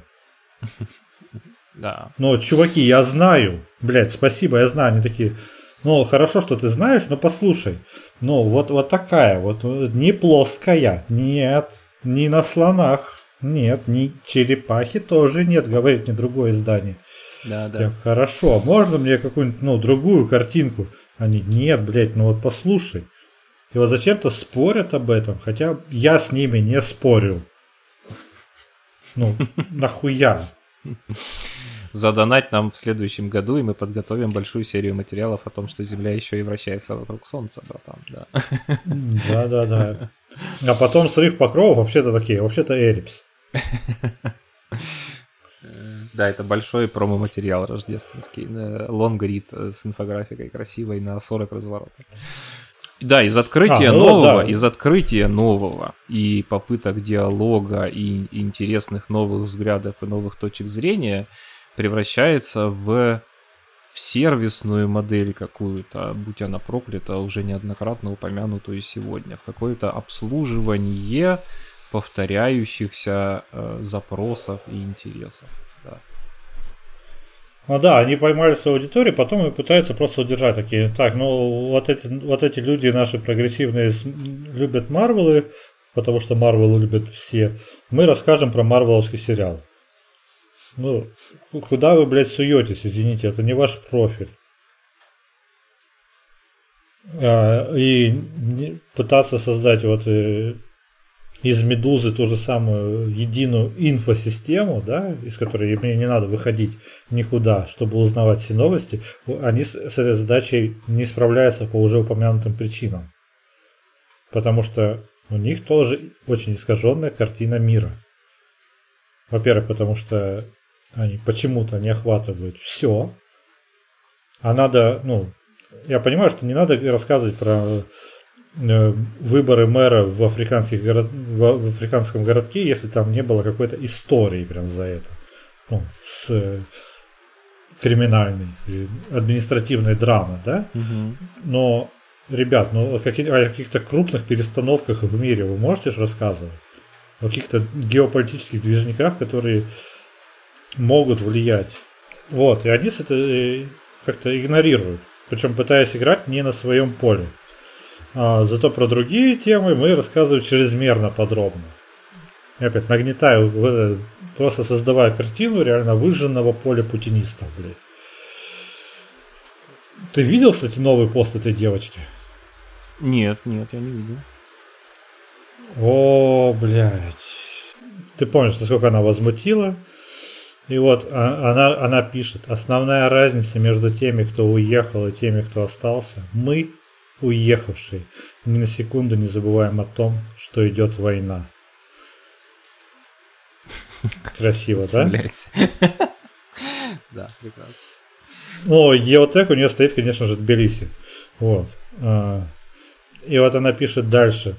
Да. Но, чуваки, я знаю. Блядь, спасибо, я знаю. Они такие, ну, хорошо, что ты знаешь, но послушай. Ну, вот такая, вот не плоская. Нет, не на слонах. Нет, ни черепахи тоже нет, говорит мне другое издание. Да, да. Я, хорошо, можно мне какую-нибудь, ну, другую картинку? Они, нет, блядь, ну вот послушай. И вот зачем-то спорят об этом, хотя я с ними не спорю. Ну, нахуя? Задонать нам в следующем году, и мы подготовим большую серию материалов о том, что Земля еще и вращается вокруг Солнца, братан, да. Да. А потом с их покровов вообще-то такие, вообще-то эллипс. Да, это большой промо-материал рождественский. Лонгрид с инфографикой красивой на 40 разворотов. Да, из открытия нового и попыток диалога, и интересных новых взглядов и новых точек зрения превращается в сервисную модель какую-то, будь она проклята, уже неоднократно упомянутую сегодня, в какое-то обслуживание повторяющихся запросов и интересов. Да. Ну да, они поймали свою аудиторию, потом и пытаются просто удержать такие. Так, ну вот эти люди наши прогрессивные любят Марвелы, потому что Марвелы любят все. Мы расскажем про марвеловский сериал. Ну, куда вы, блядь, суетесь, извините, это не ваш профиль. И пытаться создать вот из Медузы ту же самую единую инфосистему, да, из которой мне не надо выходить никуда, чтобы узнавать все новости, они с этой задачей не справляются по уже упомянутым причинам. Потому что у них тоже очень искаженная картина мира. Во-первых, потому что они почему-то не охватывают все. А надо, ну, я понимаю, что не надо рассказывать про выборы мэра в африканском городке, если там не было какой-то истории прям за это. Ну, с криминальной, административной драмы, да? Угу. Но, ребят, ну о каких-то крупных перестановках в мире вы можете же рассказывать? О каких-то геополитических движниках, которые могут влиять. Вот, и они это как-то игнорируют. Причем пытаясь играть не на своем поле. Зато про другие темы мы рассказываем чрезмерно подробно. Я опять нагнетаю, просто создавая картину реально выжженного поля путинистов, блядь. Ты видел, кстати, новый пост этой девочки? Нет, я не видел. О, блядь. Ты помнишь, насколько она возмутила? И вот она пишет: основная разница между теми, кто уехал, и теми, кто остался. Мы, уехавшие, ни на секунду не забываем о том, что идет война. Красиво, да? Блять. Да, прекрасно. Ну, Геотек у нее стоит, конечно же, в Тбилиси. Вот. И вот она пишет дальше.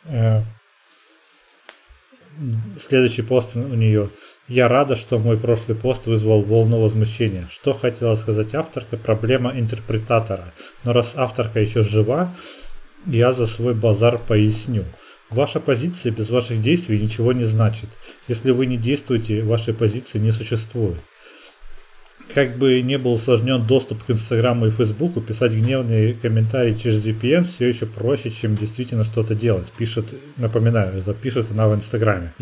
Следующий пост у нее. Я рада, что мой прошлый пост вызвал волну возмущения. Что хотела сказать авторка? Проблема интерпретатора. Но раз авторка еще жива, я за свой базар поясню. Ваша позиция без ваших действий ничего не значит. Если вы не действуете, вашей позиции не существует. Как бы не был усложнен доступ к Инстаграму и Фейсбуку, писать гневные комментарии через VPN все еще проще, чем действительно что-то делать. Пишет, напоминаю, это пишет она в Инстаграме.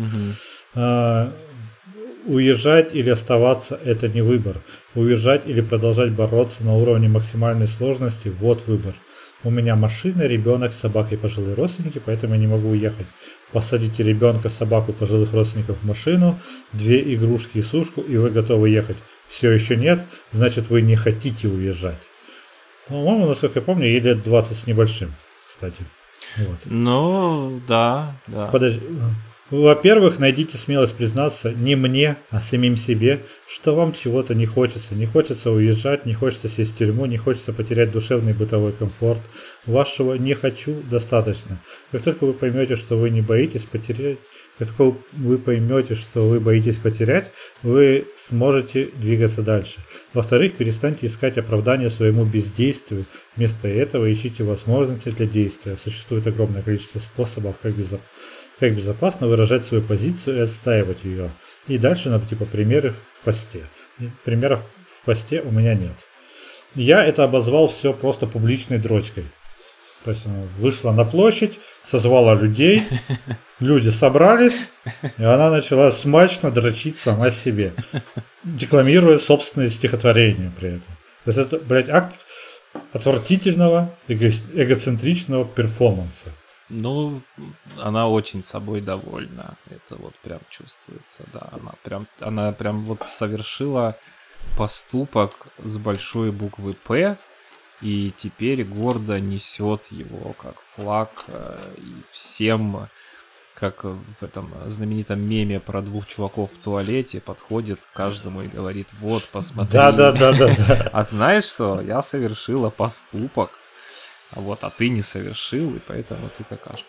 Уезжать или оставаться – это не выбор. Уезжать или продолжать бороться на уровне максимальной сложности – вот выбор. У меня машина, ребенок, собака и пожилые родственники, поэтому я не могу уехать. Посадите ребенка, собаку, пожилых родственников в машину, 2 игрушки и сушку, и вы готовы ехать. Все еще нет, значит вы не хотите уезжать. По-моему, насколько я помню, ей лет 20 с небольшим, кстати. Вот. Ну, да. Подожди. Во-первых, найдите смелость признаться не мне, а самим себе, что вам чего-то не хочется. Не хочется уезжать, не хочется сесть в тюрьму, не хочется потерять душевный бытовой комфорт. Вашего «не хочу» достаточно. Как только вы поймете, что вы не боитесь потерять, как только вы поймете, что вы боитесь потерять, вы сможете двигаться дальше. Во-вторых, перестаньте искать оправдание своему бездействию. Вместо этого ищите возможности для действия. Существует огромное количество способов, как безопасно выражать свою позицию и отстаивать ее. И дальше, примеры в посте. Примеров в посте у меня нет. Я это обозвал все просто публичной дрочкой. То есть она вышла на площадь, созвала людей, люди собрались, и она начала смачно дрочить сама себе, декламируя собственные стихотворения при этом. То есть это, блядь, акт отвратительного, эгоцентричного перформанса. Ну, она очень собой довольна. Это вот прям чувствуется, да. Она прям вот совершила поступок с большой буквы «П», и теперь гордо несет его как флаг, и всем, как в этом знаменитом меме про двух чуваков в туалете, подходит к каждому и говорит: вот, посмотри. Да. А знаешь что? Я совершила поступок. А ты не совершил, и поэтому ты какашка.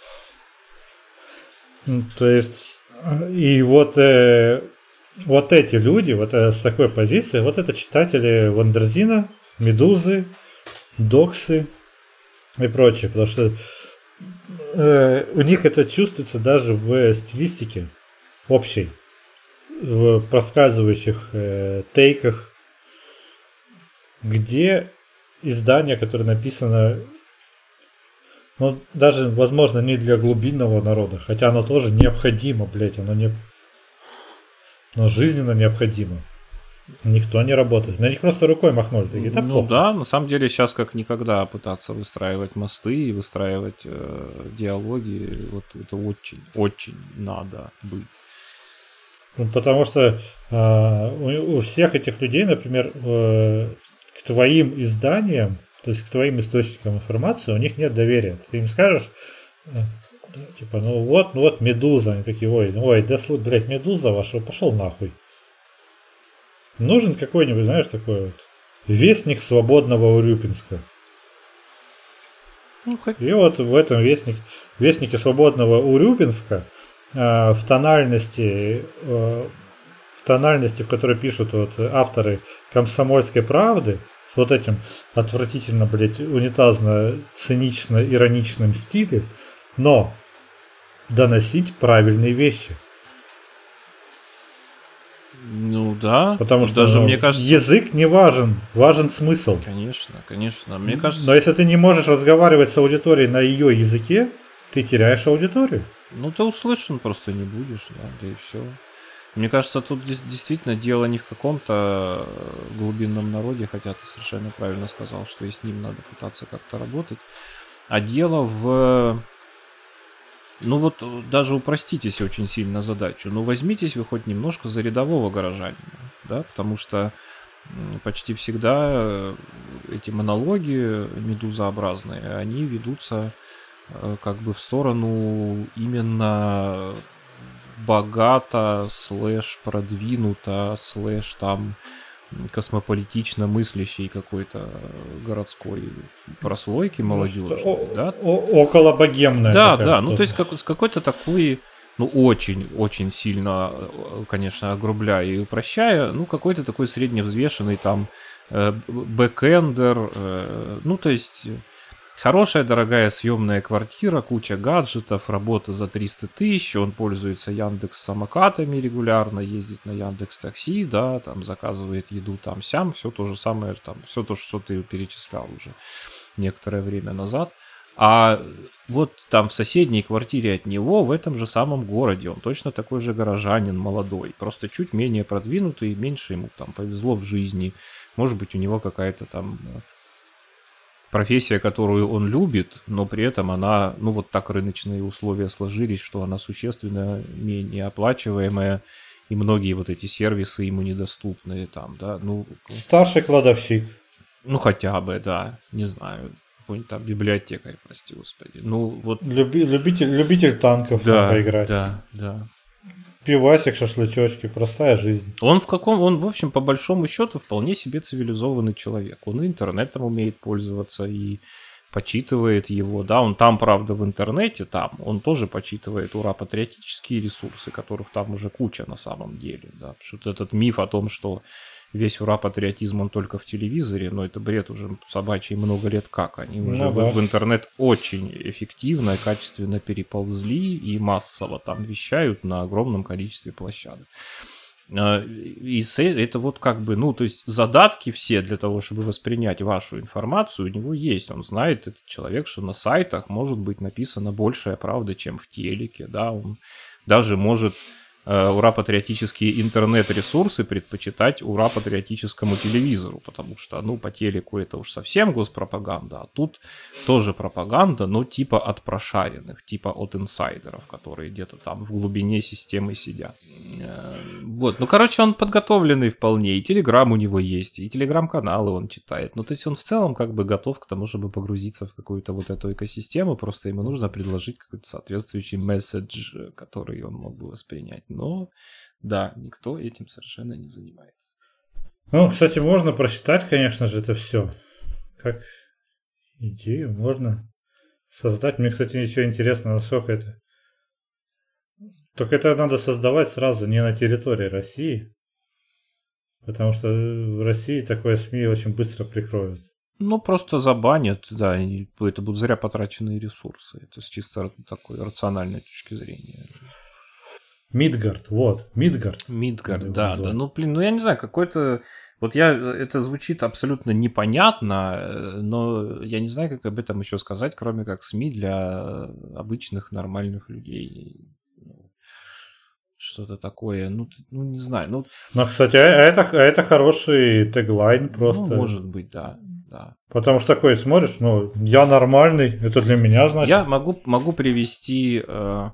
То есть, и вот эти люди, с такой позиции, вот это читатели Вандерзина, Медузы, Доксы и прочее, потому что у них это чувствуется даже в стилистике общей, в проскальзывающих тейках, где издание, которое написано, даже, возможно, не для глубинного народа, хотя оно тоже необходимо, блять, оно жизненно необходимо. Никто не работает. На них просто рукой махнули. Такие, да, на самом деле сейчас как никогда пытаться выстраивать мосты и выстраивать диалоги, вот это очень, очень надо быть. Потому что у всех этих людей, например, к твоим изданиям, то есть к твоим источникам информации, у них нет доверия. Ты им скажешь, вот Медуза, они такие, блядь, Медуза ваша, пошел нахуй. Нужен какой-нибудь, знаешь, такой вестник свободного Урюпинска. И вот в этом вестнике свободного Урюпинска в тональности, в которой пишут авторы «Комсомольской правды», с вот этим отвратительно, блядь, унитазно-цинично-ироничным стилем, но доносить правильные вещи. Ну да. Потому что даже, мне кажется, язык не важен, важен смысл. Конечно. Мне кажется... Но если ты не можешь разговаривать с аудиторией на ее языке, ты теряешь аудиторию. Ну ты услышан просто не будешь, да и все. Мне кажется, тут действительно дело не в каком-то глубинном народе, хотя ты совершенно правильно сказал, что и с ним надо пытаться как-то работать, а дело в... даже упроститесь очень сильно задачу. Возьмитесь вы хоть немножко за рядового горожанина, да, потому что почти всегда эти монологи медузообразные, они ведутся как бы в сторону именно богато, /продвинуто, там космополитично мыслящей какой-то городской прослойки молодежи. Да? Около богемная. Да. То есть с какой-то такой, очень-очень сильно, конечно, огрубляя и упрощая, какой-то такой средневзвешенный там бэкэндер, то есть... Хорошая, дорогая съемная квартира, куча гаджетов, работа за 300 тысяч, он пользуется Яндекс-самокатами регулярно, ездит на Яндекс-такси, да, там заказывает еду там-сям, все то же самое, там, все то, что ты перечислял уже некоторое время назад. А вот там в соседней квартире от него, в этом же самом городе, он точно такой же горожанин молодой, просто чуть менее продвинутый, меньше ему там повезло в жизни, может быть, у него какая-то там... профессия, которую он любит, но при этом она, так рыночные условия сложились, что она существенно менее оплачиваемая, и многие вот эти сервисы ему недоступны там, да, Старший кладовщик. Хотя бы, да, не знаю. какой-нибудь там библиотекарь, прости господи. Ну, вот... Любитель танков там поиграть. Да. Пивасик, шашлычочки, простая жизнь. Он, в общем, по большому счету, вполне себе цивилизованный человек. Он и интернетом умеет пользоваться, и почитывает его, да, он там, правда, в интернете, там, он тоже почитывает ура-патриотические ресурсы, которых там уже куча на самом деле, да, потому что этот миф о том, что весь ура-патриотизм, он только в телевизоре, но это бред уже собачий много лет как, они уже в интернет очень эффективно и качественно переползли и массово там вещают на огромном количестве площадок. И это вот как бы, ну, то есть задатки все для того, чтобы воспринять вашу информацию, у него есть. Он знает, этот человек, что на сайтах может быть написана большая правда, чем в телеке, да, он даже может ура-патриотические интернет-ресурсы предпочитать ура-патриотическому телевизору, потому что, ну, по телеку это уж совсем госпропаганда, а тут тоже пропаганда, но типа от прошаренных, типа от инсайдеров, которые где-то там в глубине системы сидят. Вот, ну, короче, он подготовленный вполне, и телеграм у него есть, и телеграм-каналы он читает, ну, то есть он в целом как бы готов к тому, чтобы погрузиться в какую-то вот эту экосистему, просто ему нужно предложить какой-то соответствующий месседж, который он мог бы воспринять. Но, да, никто этим совершенно не занимается. Ну, кстати, можно просчитать, конечно же, это все. Как идею можно создать. Мне, кстати, еще интересно, насколько это... Только это надо создавать сразу не на территории России. Потому что в России такое СМИ очень быстро прикроют. Ну, просто забанят, да, и это будут зря потраченные ресурсы. Это с чисто такой рациональной точки зрения. Мидгард, Мидгард, да. Ну, блин, ну я не знаю, какой-то... Вот это звучит абсолютно непонятно, но я не знаю, как об этом еще сказать, кроме как СМИ для обычных нормальных людей. Что-то такое, ну не знаю. Ну, кстати, это хороший теглайн просто. Ну, может быть, да. Потому что такой смотришь, ну, я нормальный, это для меня значит. Я могу привести...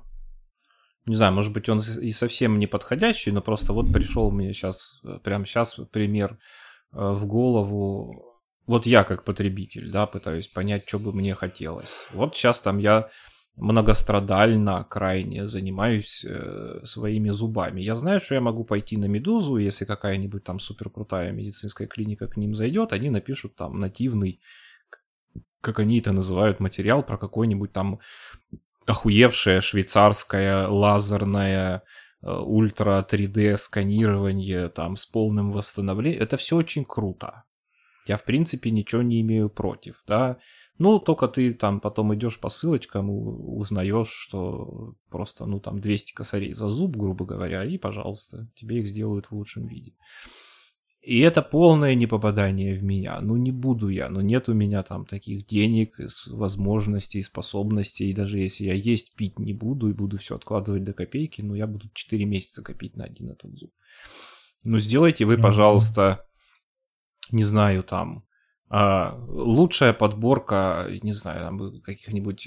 Не знаю, может быть, он и совсем не подходящий, но просто вот пришел мне прямо сейчас пример в голову. Вот я как потребитель, да, пытаюсь понять, что бы мне хотелось. Вот сейчас там я многострадально крайне занимаюсь своими зубами. Я знаю, что я могу пойти на Медузу, если какая-нибудь там суперкрутая медицинская клиника к ним зайдет, они напишут там нативный, как они это называют, материал про какой-нибудь там охуевшее швейцарское лазерное ультра 3D сканирование там с полным восстановлением. Это все очень круто. Я, в принципе, ничего не имею против, да. Ну, только ты там потом идешь по ссылочкам, узнаешь, что просто, ну, там 200 косарей за зуб, грубо говоря, и, пожалуйста, тебе их сделают в лучшем виде. И это полное непопадание в меня. Ну, не буду я, но нет у меня там таких денег, возможностей, способностей. И даже если я есть, пить не буду и буду все откладывать до копейки, ну, я буду 4 месяца копить на один этот зуб. Ну, сделайте вы, пожалуйста, не знаю, там, лучшая подборка, не знаю, там, каких-нибудь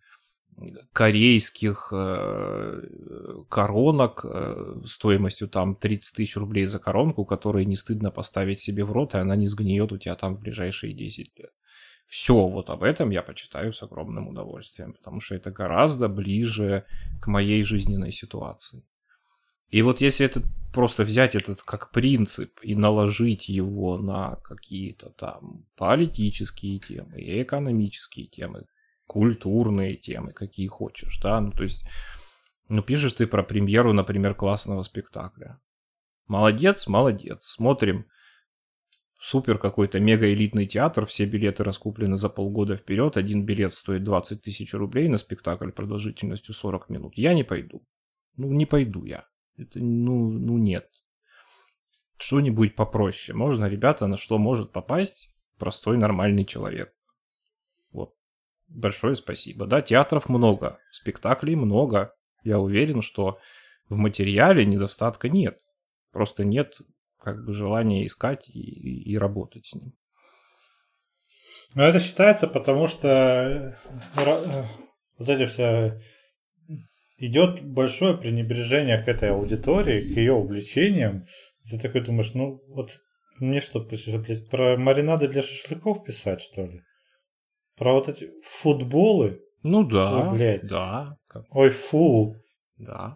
корейских коронок стоимостью там 30 тысяч рублей за коронку, которые не стыдно поставить себе в рот, и она не сгниет у тебя там в ближайшие 10 лет. Все, вот об этом я почитаю с огромным удовольствием, потому что это гораздо ближе к моей жизненной ситуации. И вот если это просто взять этот как принцип и наложить его на какие-то там политические темы и экономические темы, культурные темы, какие хочешь, да, ну, то есть, ну, пишешь ты про премьеру, например, классного спектакля. Молодец, смотрим, супер какой-то мега-элитный театр, все билеты раскуплены за полгода вперед, один билет стоит 20 тысяч рублей на спектакль продолжительностью 40 минут. Я не пойду. Ну, не пойду я. Это, ну нет. Что-нибудь попроще. Можно, ребята, на что может попасть простой нормальный человек. Вот. Большое спасибо. Да, театров много, спектаклей много. Я уверен, что в материале недостатка нет. Просто нет как бы желания искать и работать с ним. Ну, это считается, потому что вот эти все... Идет большое пренебрежение к этой аудитории, к ее увлечениям. Ты такой думаешь, ну вот мне что, блядь, про маринады для шашлыков писать, что ли? Про вот эти футболы. Ну да, Ой, блядь. да. Ой, фу. Да.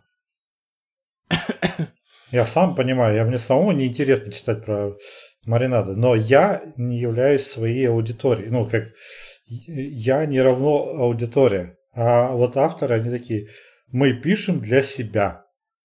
Я сам понимаю, мне самому неинтересно читать про маринады, но я не являюсь своей аудиторией. Ну, как я не равно аудитория. А вот авторы, они такие, мы пишем для себя.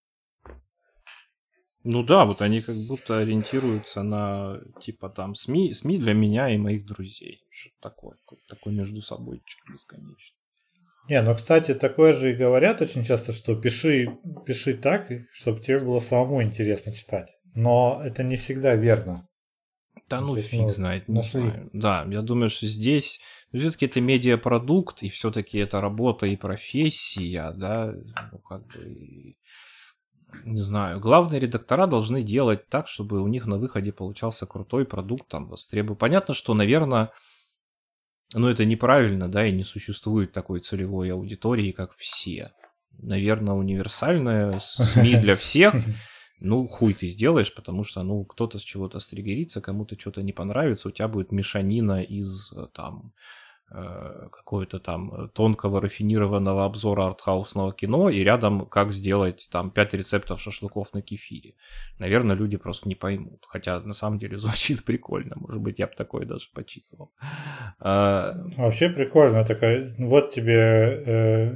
Ну да, вот они как будто ориентируются на, типа, там, СМИ для меня и моих друзей. Что-то такое. Такой между собойчик бесконечный. Не, ну, кстати, такое же и говорят очень часто, что пиши так, чтобы тебе было самому интересно читать. Но это не всегда верно. Да ну То есть, фиг знает, не нашли. знаю. Да, я думаю, что здесь все-таки это медиапродукт, и все-таки это работа и профессия, да, ну как бы, не знаю. Главные редактора должны делать так, чтобы у них на выходе получался крутой продукт, там, востребован. Понятно, что, наверное, ну это неправильно, да, и не существует такой целевой аудитории, как все. Наверное, универсальная СМИ для всех. Ну, хуй ты сделаешь, потому что, ну, кто-то с чего-то стригерится, кому-то что-то не понравится, у тебя будет мешанина из, там, какого-то там тонкого, рафинированного обзора артхаусного кино, и рядом как сделать, там, 5 рецептов шашлыков на кефире. Наверное, люди просто не поймут, хотя, на самом деле, звучит прикольно, может быть, я бы такое даже почитывал. Вообще прикольно, такая, вот тебе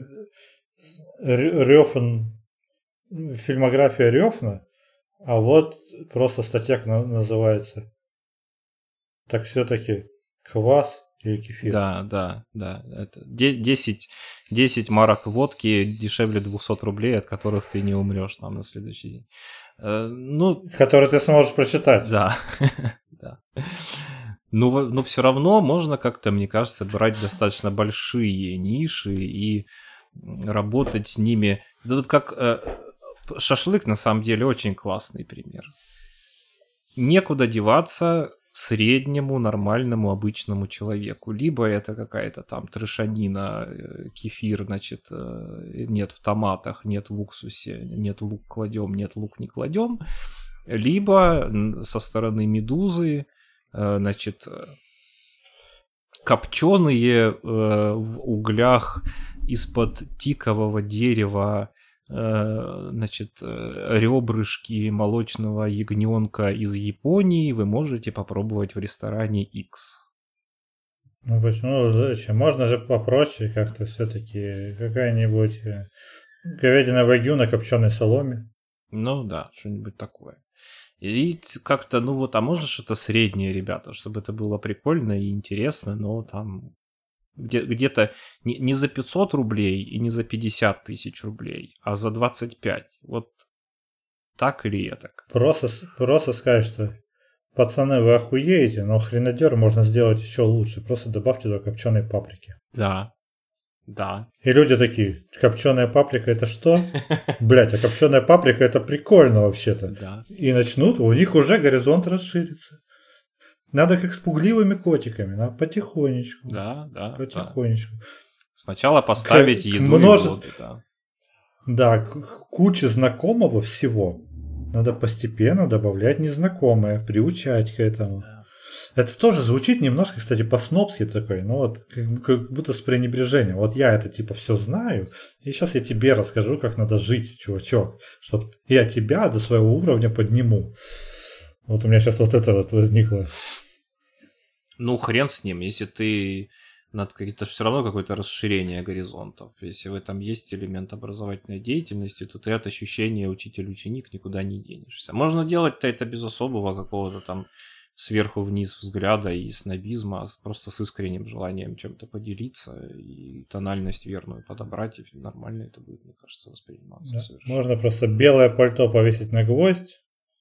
Рёфн, фильмография Рёфна, а вот просто статья называется. Так все-таки квас или кефир? Да. Это 10 марок водки дешевле 200 рублей, от которых ты не умрешь там на следующий день. Ну, который ты сможешь прочитать. Да. Да. Но все равно можно как-то, мне кажется, брать достаточно большие ниши и работать с ними. Да вот как шашлык, на самом деле, очень классный пример. Некуда деваться среднему, нормальному, обычному человеку. Либо это какая-то там трешанина, кефир, значит, нет в томатах, нет в уксусе, нет лук кладем, нет лук не кладем. Либо со стороны медузы, значит, копченые в углях из-под тикового дерева, значит, ребрышки молочного ягненка из Японии вы можете попробовать в ресторане X. Ну почему? Зачем? Можно же попроще как-то все-таки какая-нибудь говядина вагю на копченой соломе. Ну да, что-нибудь такое. И как-то, ну вот, а можешь это средние ребята, чтобы это было прикольно и интересно, но там где-то не за 500 рублей и не за 50 тысяч рублей, а за 25. Вот так или этак. Просто скажешь, что пацаны, вы охуеете, но хренадер можно сделать еще лучше. Просто добавьте туда копченой паприки. Да. И люди такие, копченая паприка это что? Блять, а копченая паприка это прикольно вообще-то. Да. И начнут, у них уже горизонт расширится. Надо как с пугливыми котиками, надо потихонечку. Да. Потихонечку. Да. Сначала поставить еду и воду, да. Да, куча знакомого всего. Надо постепенно добавлять незнакомое, приучать к этому. Да. Это тоже звучит немножко, кстати, по-снобски такой, ну вот как будто с пренебрежением. Вот я это типа все знаю, и сейчас я тебе расскажу, как надо жить, чувачок, чтобы я тебя до своего уровня подниму. Вот у меня сейчас вот это вот возникло. Ну, хрен с ним, если ты... Это все равно какое-то расширение горизонтов. Если в этом есть элемент образовательной деятельности, то ты от ощущения учитель-ученик никуда не денешься. Можно делать-то это без особого какого-то там сверху вниз взгляда и снобизма, просто с искренним желанием чем-то поделиться и тональность верную подобрать, и нормально это будет, мне кажется, восприниматься. Да. Совершенно. Можно просто белое пальто повесить на гвоздь,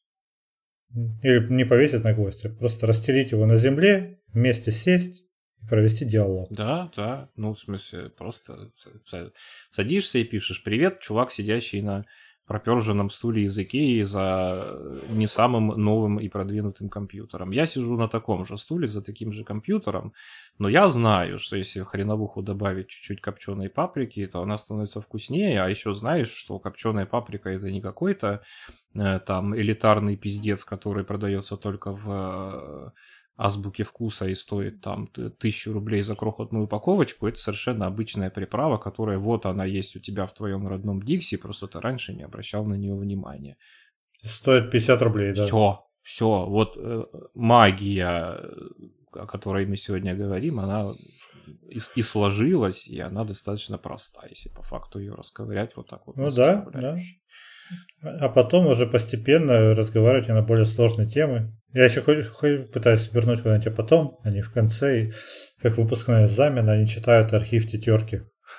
или не повесить на гвоздь, а просто расстелить его на земле, вместе сесть и провести диалог. Да, ну в смысле просто садишься и пишешь: «Привет, чувак, сидящий на проперженном стуле из Икеи за не самым новым и продвинутым компьютером. Я сижу на таком же стуле за таким же компьютером, но я знаю, что если в хреновуху добавить чуть-чуть копченой паприки, то она становится вкуснее, а еще знаешь, что копченая паприка это не какой-то там элитарный пиздец, который продается только в азбуки вкуса и стоит там 1000 рублей за крохотную упаковочку, это совершенно обычная приправа, которая вот она есть у тебя в твоем родном Дикси, просто ты раньше не обращал на нее внимания. Стоит 50 рублей, да. Все, вот магия, о которой мы сегодня говорим, она и сложилась, и она достаточно проста, если по факту ее расковырять вот так вот. Ну да. А потом уже постепенно разговаривать на более сложные темы. Я еще пытаюсь вернуть куда-нибудь потом, а не в конце. И как выпускной экзамен они читают архив тетерки.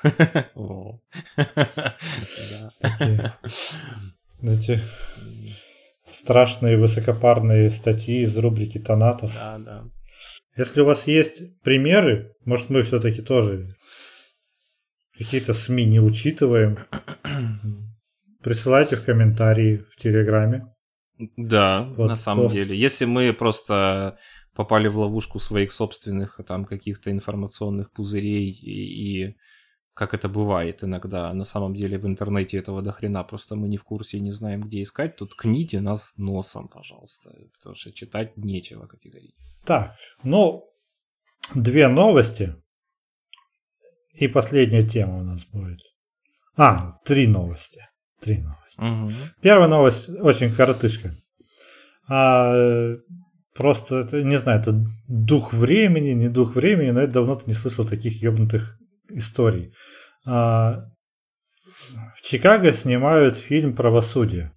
Эти страшные высокопарные статьи из рубрики Танатос. Да. Если у вас есть примеры, может, мы все-таки тоже какие-то СМИ не учитываем, присылайте в комментарии в Телеграме. Да, на самом деле. Если мы просто попали в ловушку своих собственных там каких-то информационных пузырей и как это бывает иногда, на самом деле в интернете этого дохрена, просто мы не в курсе и не знаем, где искать, то ткните нас носом, пожалуйста, потому что читать нечего категорически. Так, 2 новости и последняя тема у нас будет. 3 новости. 3 новости. Угу. Первая новость очень коротышка. Просто, это, не знаю, это дух времени, не дух времени, но я давно не слышал таких ёбнутых историй. В Чикаго снимают фильм «Правосудие».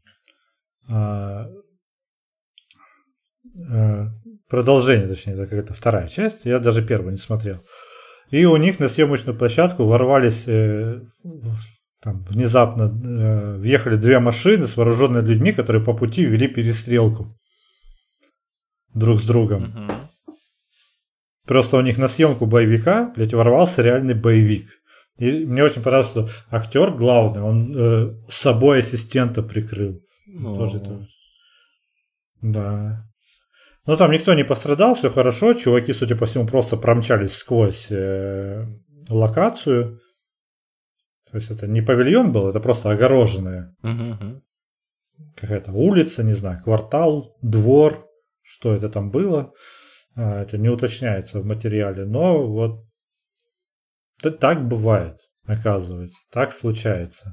Продолжение, точнее, это какая-то вторая часть. Я даже первую не смотрел. И у них на съемочную площадку ворвались, там внезапно въехали 2 машины с вооруженными людьми, которые по пути вели перестрелку друг с другом. Угу. Просто у них на съемку боевика, ворвался реальный боевик. И мне очень понравилось, что актер главный, он с собой ассистента прикрыл. Тоже это. Да. Но там никто не пострадал, все хорошо. Чуваки, судя по всему, просто промчались сквозь локацию. То есть это не павильон был, это просто огороженная какая-то улица, не знаю, квартал, двор, что это там было. Это не уточняется в материале, но вот так бывает, оказывается, так случается.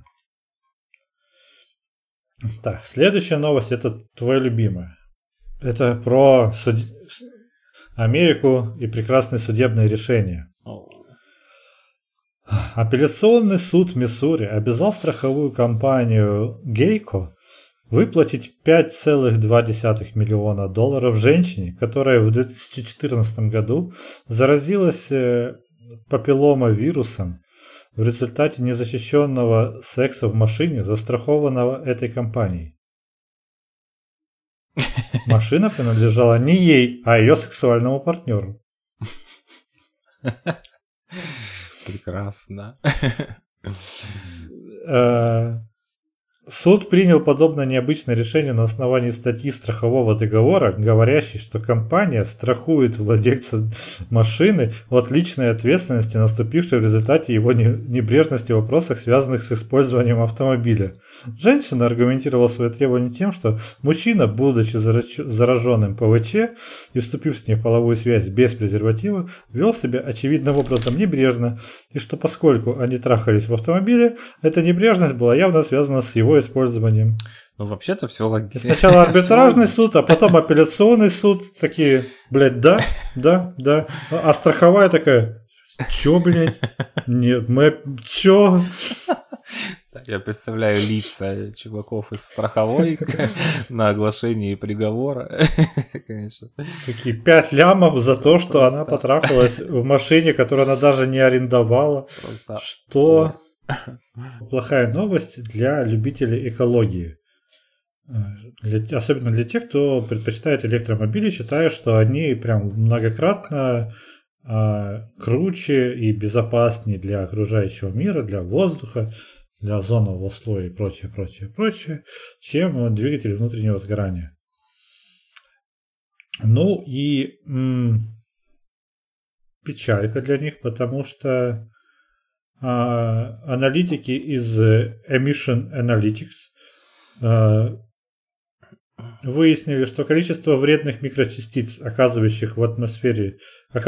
Так, следующая новость, это твоя любимая. Это про Америку и прекрасные судебные решения. Апелляционный суд Миссури обязал страховую компанию Geico выплатить $5,2 миллиона женщине, которая в 2014 году заразилась папилломавирусом в результате незащищенного секса в машине, застрахованного этой компанией. Машина принадлежала не ей, а ее сексуальному партнеру. Прекрасно. Суд принял подобное необычное решение на основании статьи страхового договора, говорящей, что компания страхует владельца машины от личной ответственности, наступившей в результате его небрежности в вопросах, связанных с использованием автомобиля. Женщина аргументировала свои требования тем, что мужчина, будучи зараженным ПВЧ и вступив с ней в половую связь без презерватива, вел себя очевидным образом небрежно, и что поскольку они трахались в автомобиле, эта небрежность была явно связана с его использованием. Ну, вообще-то все логично. Сначала арбитражный суд, а потом апелляционный суд. Такие, блядь, да. А страховая такая, чё, блядь? Нет, чё? Я представляю лица чуваков из страховой на оглашении приговора. Конечно. Такие 5 лямов за то, что она потрахалась в машине, которую она даже не арендовала. Что? Плохая новость для любителей экологии. Особенно для тех, кто предпочитает электромобили, считая, что они прям многократно круче и безопаснее для окружающего мира, для воздуха, для озонового слоя и прочее, чем двигатели внутреннего сгорания. Ну и печалька для них, потому что аналитики из Emission Analytics выяснили, что количество вредных микрочастиц, оказывающихся в атмосфере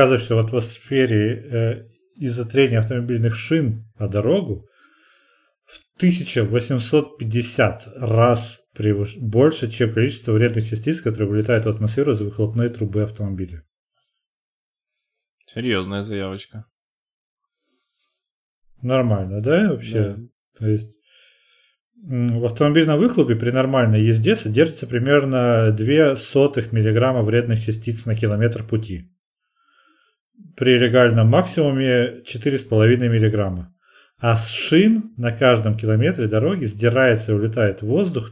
из-за трения автомобильных шин о дорогу, в 1850 раз больше, чем количество вредных частиц, которые вылетают в атмосферу из выхлопной трубы автомобиля. Серьезная заявочка. Нормально, да, вообще? Да. То есть в автомобильном выхлопе при нормальной езде содержится примерно 0,02 мг вредных частиц на километр пути. При легальном максимуме 4,5 мг. А с шин на каждом километре дороги сдирается и улетает в воздух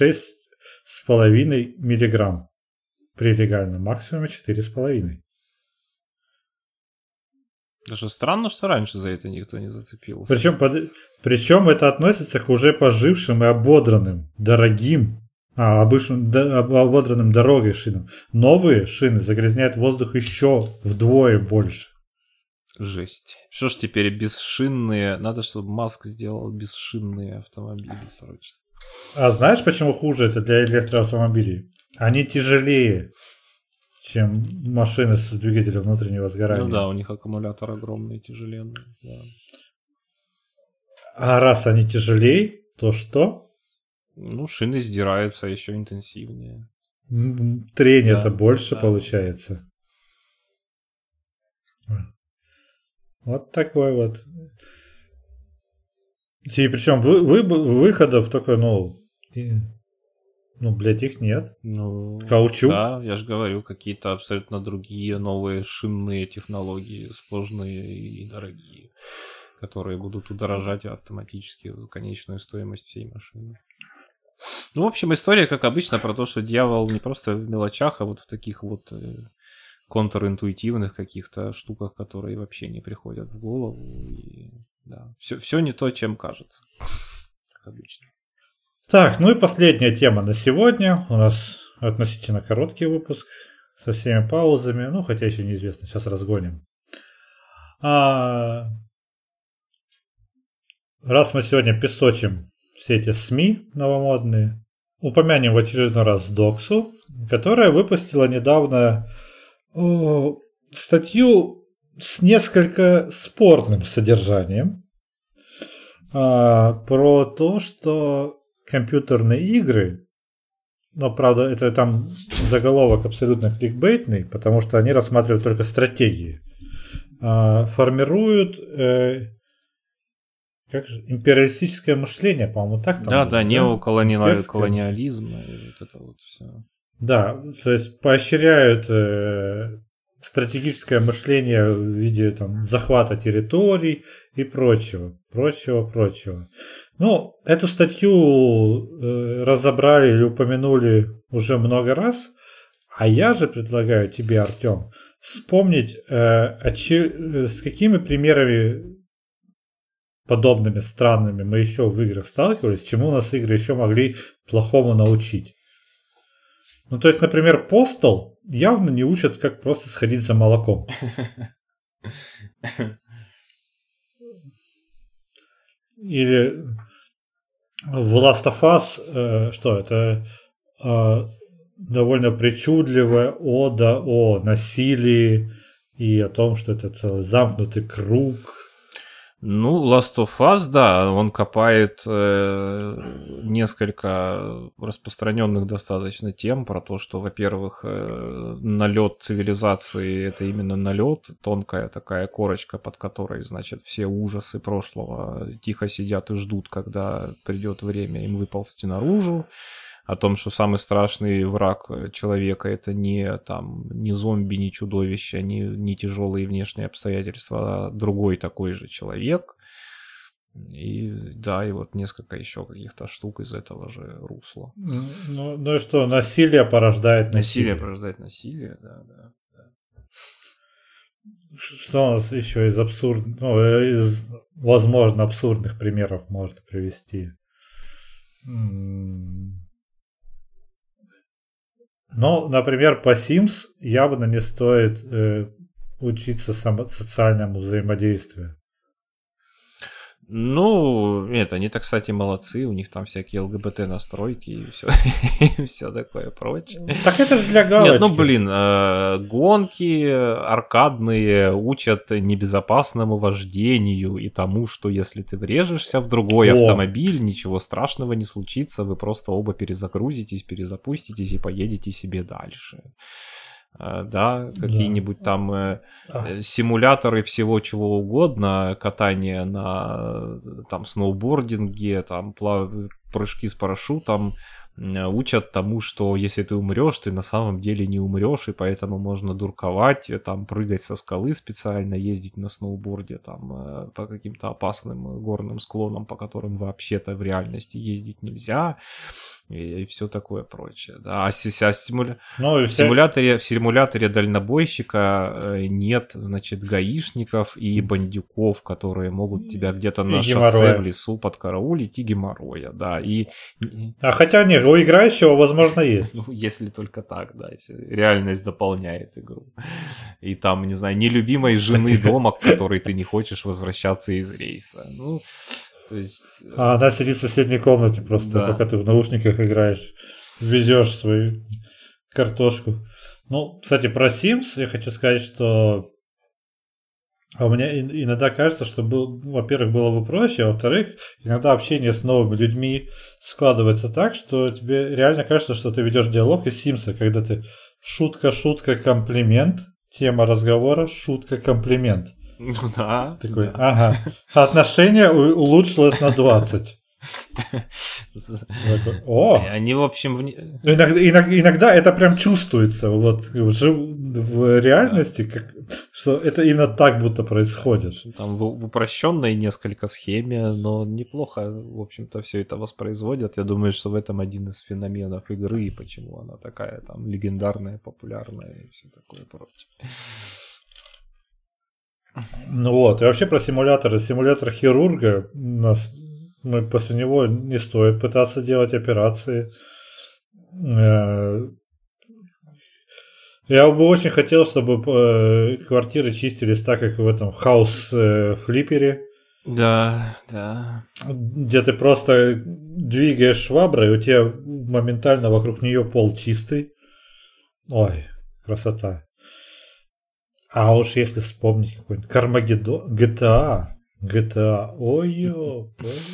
36,5 мг. При легальном максимуме 4,5. Даже странно, что раньше за это никто не зацепился. Причем это относится к уже пожившим и ободранным, дорогим, ободранным дорогой шинам. Новые шины загрязняют воздух еще вдвое больше. Жесть. Что ж теперь бесшинные? Надо, чтобы Маск сделал бесшинные автомобили срочно. А знаешь, почему хуже это для электроавтомобилей? Они тяжелее, чем машины с двигателем внутреннего сгорания. Ну да, у них аккумулятор огромный, тяжеленный. Да. А раз они тяжелее, то что? Ну, шины сдираются еще интенсивнее. Трение-то больше получается. Вот такой вот. И причем выходов только, блядь, их нет. Ну, каучук. Да, я же говорю, какие-то абсолютно другие новые шинные технологии, сложные и дорогие, которые будут удорожать автоматически конечную стоимость всей машины. Ну, в общем, история, как обычно, про то, что дьявол не просто в мелочах, а вот в таких вот контринтуитивных каких-то штуках, которые вообще не приходят в голову. И, да, все не то, чем кажется, как обычно. Так, ну и последняя тема на сегодня. У нас относительно короткий выпуск со всеми паузами. Ну, хотя еще неизвестно, сейчас разгоним. Раз мы сегодня песочим все эти СМИ новомодные, упомянем в очередной раз Доксу, которая выпустила недавно статью с несколько спорным содержанием про то, что компьютерные игры, но правда это там заголовок абсолютно кликбейтный, потому что они рассматривают только стратегии, формируют империалистическое мышление, по-моему, так там. Да, неоколониализм и вот это вот все. Да, то есть поощряют стратегическое мышление в виде там захвата территорий и прочего. Ну, эту статью разобрали или упомянули уже много раз, а я же предлагаю тебе, Артем, вспомнить, с какими примерами подобными странными мы еще в играх сталкивались, чему нас игры еще могли плохому научить. Ну, то есть, например, Postal явно не учат, как просто сходить за молоком. Или в Last of Us, что это довольно причудливая ода о насилии и о том, что это целый замкнутый круг. Ну, Last of Us, да, он копает несколько распространенных достаточно тем про то, что, во-первых, налет цивилизации — это именно налет, тонкая такая корочка, под которой, значит, все ужасы прошлого тихо сидят и ждут, когда придет время им выползти наружу. О том, что самый страшный враг человека — это не зомби, не чудовище, не тяжелые внешние обстоятельства, а другой такой же человек. И да, и вот несколько еще каких-то штук из этого же русла. Ну и что, насилие порождает насилие. Насилие порождает насилие, да. Что у нас еще из из, возможно, абсурдных примеров можно привести? Ну, например, по Sims явно не стоит учиться социальному взаимодействию. Ну, нет, они-то, кстати, молодцы, у них там всякие ЛГБТ настройки и все, и все такое прочее. Так это же для галочки. Нет, ну блин, гонки аркадные учат небезопасному вождению и тому, что если ты врежешься в другой автомобиль, ничего страшного не случится, вы просто оба перезагрузитесь, перезапуститесь и поедете себе дальше. Да, какие-нибудь там симуляторы всего чего угодно, катание на там сноубординге, там прыжки с парашютом, учат тому, что если ты умрешь, ты на самом деле не умрешь, и поэтому можно дурковать, там прыгать со скалы специально, ездить на сноуборде там по каким-то опасным горным склонам, по которым вообще-то в реальности ездить нельзя. И все такое прочее. Да. А в симуляторе дальнобойщика нет, значит, гаишников и бандюков, которые могут тебя где-то на шоссе в лесу подкараулить, и геморроя, да. А хотя нет, у играющего, возможно, есть. Ну, если только так, да, если реальность дополняет игру. И там, не знаю, нелюбимой жены дома, к которой ты не хочешь возвращаться из рейса. Ну... То есть... А она сидит в соседней комнате просто, да. Пока ты в наушниках играешь, везешь свою картошку. Ну, кстати, про Sims я хочу сказать, что мне иногда кажется, что, во-первых, было бы проще, а во-вторых, иногда общение с новыми людьми складывается так, что тебе реально кажется, что ты ведешь диалог из Симса, когда ты шутка, комплимент, тема разговора, шутка, комплимент. Ну да. Такой, да. Ага. Отношение улучшилось на 20. О! Они, в общем... Иногда это прям чувствуется вот, в реальности, да. Что это именно так будто происходит. Там в упрощенной несколько схеме, но неплохо, в общем-то, все это воспроизводят. Я думаю, что в этом один из феноменов игры, и почему она такая там легендарная, популярная и все такое прочее. Ну вот, и вообще про симуляторы. Симулятор хирурга, мы после него не стоит пытаться делать операции. Я бы очень хотел, чтобы квартиры чистились так, как в этом хаус-флиппере. Да, да. Где ты просто двигаешь шваброй, у тебя моментально вокруг нее пол чистый. Ой, красота. А уж если вспомнить какой-нибудь Кармагеддон, GTA, ой-ё,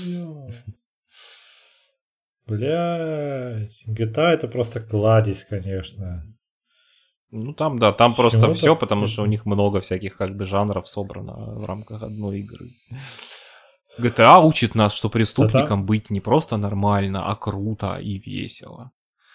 блядь, GTA это просто кладезь, конечно. Ну там, да, там просто все, потому что у них много всяких как бы жанров собрано в рамках одной игры. GTA учит нас, что преступникам быть не просто нормально, а круто и весело.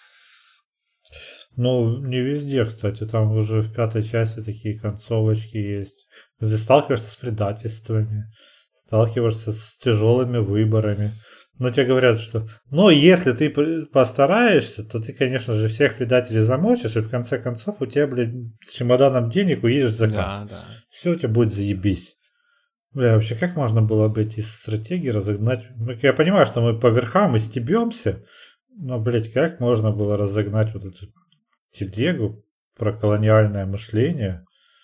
Ну, не везде, кстати, там уже в 5-й части такие концовочки есть. Ты сталкиваешься с предательствами, сталкиваешься с тяжелыми выборами. Но тебе говорят, что, ну, если ты постараешься, то ты, конечно же, всех предателей замочишь, и в конце концов у тебя, блядь, с чемоданом денег уедешь за кафе. Да. Все у тебя будет заебись. Бля, вообще, как можно было бы эти стратегии разогнать? Я понимаю, что мы по верхам и стебемся, но, блядь, как можно было разогнать вот эту телегу про колониальное мышление?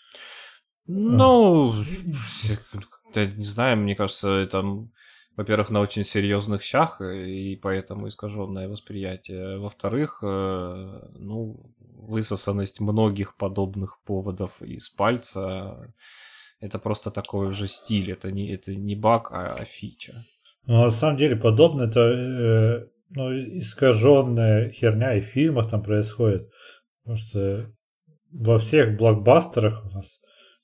Ну, не знаю, мне кажется, это, во-первых, на очень серьезных щах, и поэтому искаженное восприятие. Во-вторых, ну, высосанность многих подобных поводов из пальца, это просто такой уже стиль, это не баг, а фича. Ну, на самом деле, подобно это искаженная херня и в фильмах там происходит. Потому что во всех блокбастерах у нас...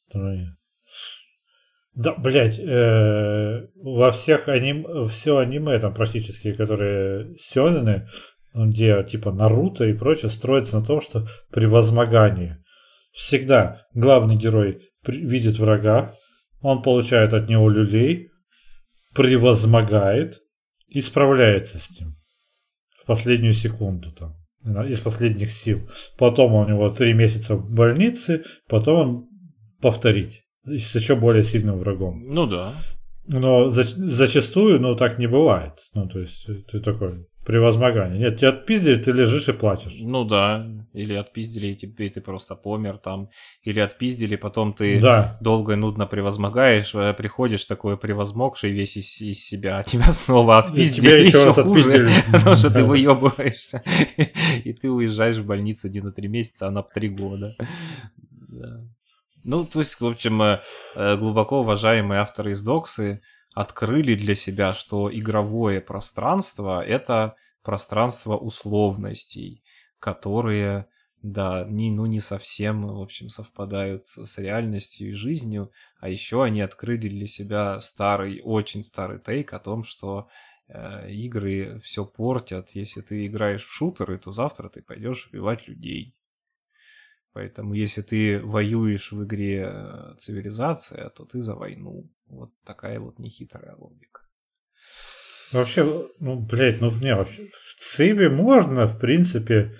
Да, блядь, во всех все аниме там практически, которые сёнэны, где типа Наруто и прочее, строится на том, что превозмогание. Всегда главный герой видит врага, он получает от него люлей, превозмогает и справляется с ним в последнюю секунду там, из последних сил. Потом у него 3 месяца в больнице, потом он повторить с еще более сильным врагом. Ну да. Но зачастую, так не бывает. Ну, то есть, ты такой, Превозмогание. Нет, тебя отпиздили, ты лежишь и плачешь. Ну да, или отпиздили, и ты просто помер там, или отпиздили, потом ты Да. долго и нудно превозмогаешь, приходишь такой превозмогший весь из себя, а тебя снова отпиздили, тебя еще раз хуже, отпиздили. потому что ты выебываешься, и ты уезжаешь в больницу не на 3 месяца, а на 3 года. Да. Ну, то есть, в общем, глубоко уважаемые авторы из Доксы открыли для себя, что игровое пространство — это пространство условностей, которые, да, не совсем, в общем, совпадают с реальностью и жизнью, а еще они открыли для себя очень старый тейк о том, что игры все портят. Если ты играешь в шутеры, то завтра ты пойдешь убивать людей. Поэтому если ты воюешь в игре «Цивилизация», то ты за войну. Вот такая вот нехитрая логика. Вообще, вообще в Циве можно, в принципе,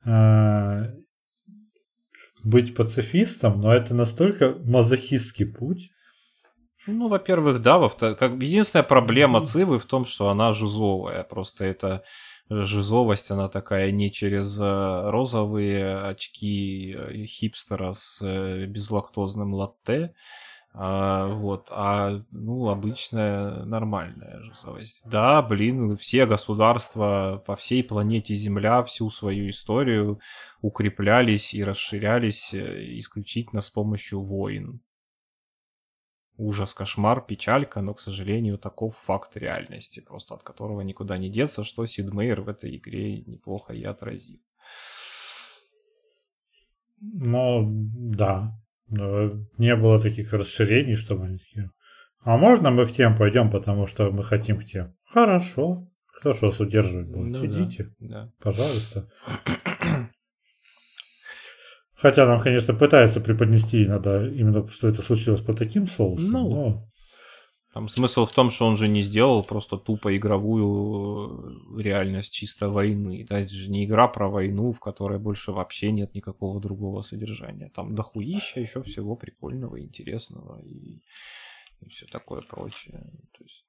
быть пацифистом, но это настолько мазохистский путь. Ну, во-первых, да. Единственная проблема Цивы в том, что она жизовая. Просто эта жизовость, она такая не через розовые очки хипстера с безлактозным латте, обычная нормальная жизовость. Да, все государства по всей планете Земля всю свою историю укреплялись и расширялись исключительно с помощью войн. Ужас, кошмар, печалька, но, к сожалению, таков факт реальности, просто от которого никуда не деться, что Сид Мейер в этой игре неплохо и отразил. Ну, да. Но не было таких расширений, чтобы они такие... А можно мы к тем пойдем, потому что мы хотим к тем? Хорошо. Кто ж вас удерживать будет? Ну, идите. Да. Пожалуйста. Хотя нам, конечно, пытаются преподнести иногда именно, что это случилось по таким соусам. Но... Там смысл в том, что он же не сделал просто тупо игровую реальность чисто войны. Да, это же не игра про войну, в которой больше вообще нет никакого другого содержания. Там дохуища еще всего прикольного, интересного и все такое прочее. То есть...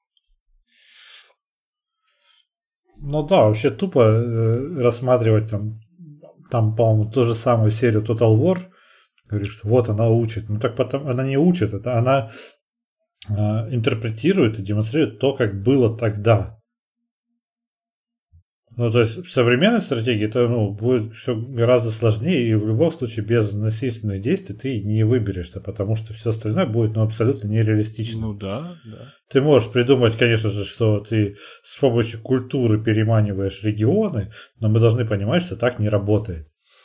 Ну да, вообще тупо рассматривать там, по-моему, ту же самую серию Total War. Говорит, что вот она учит. Ну так потом она не учит, это она интерпретирует и демонстрирует то, как было тогда. Ну, то есть в современной стратегии это будет все гораздо сложнее, и в любом случае без насильственных действий ты не выберешься, потому что все остальное будет абсолютно нереалистично. Ну да. Ты можешь придумать, конечно же, что ты с помощью культуры переманиваешь регионы, но мы должны понимать, что так не работает.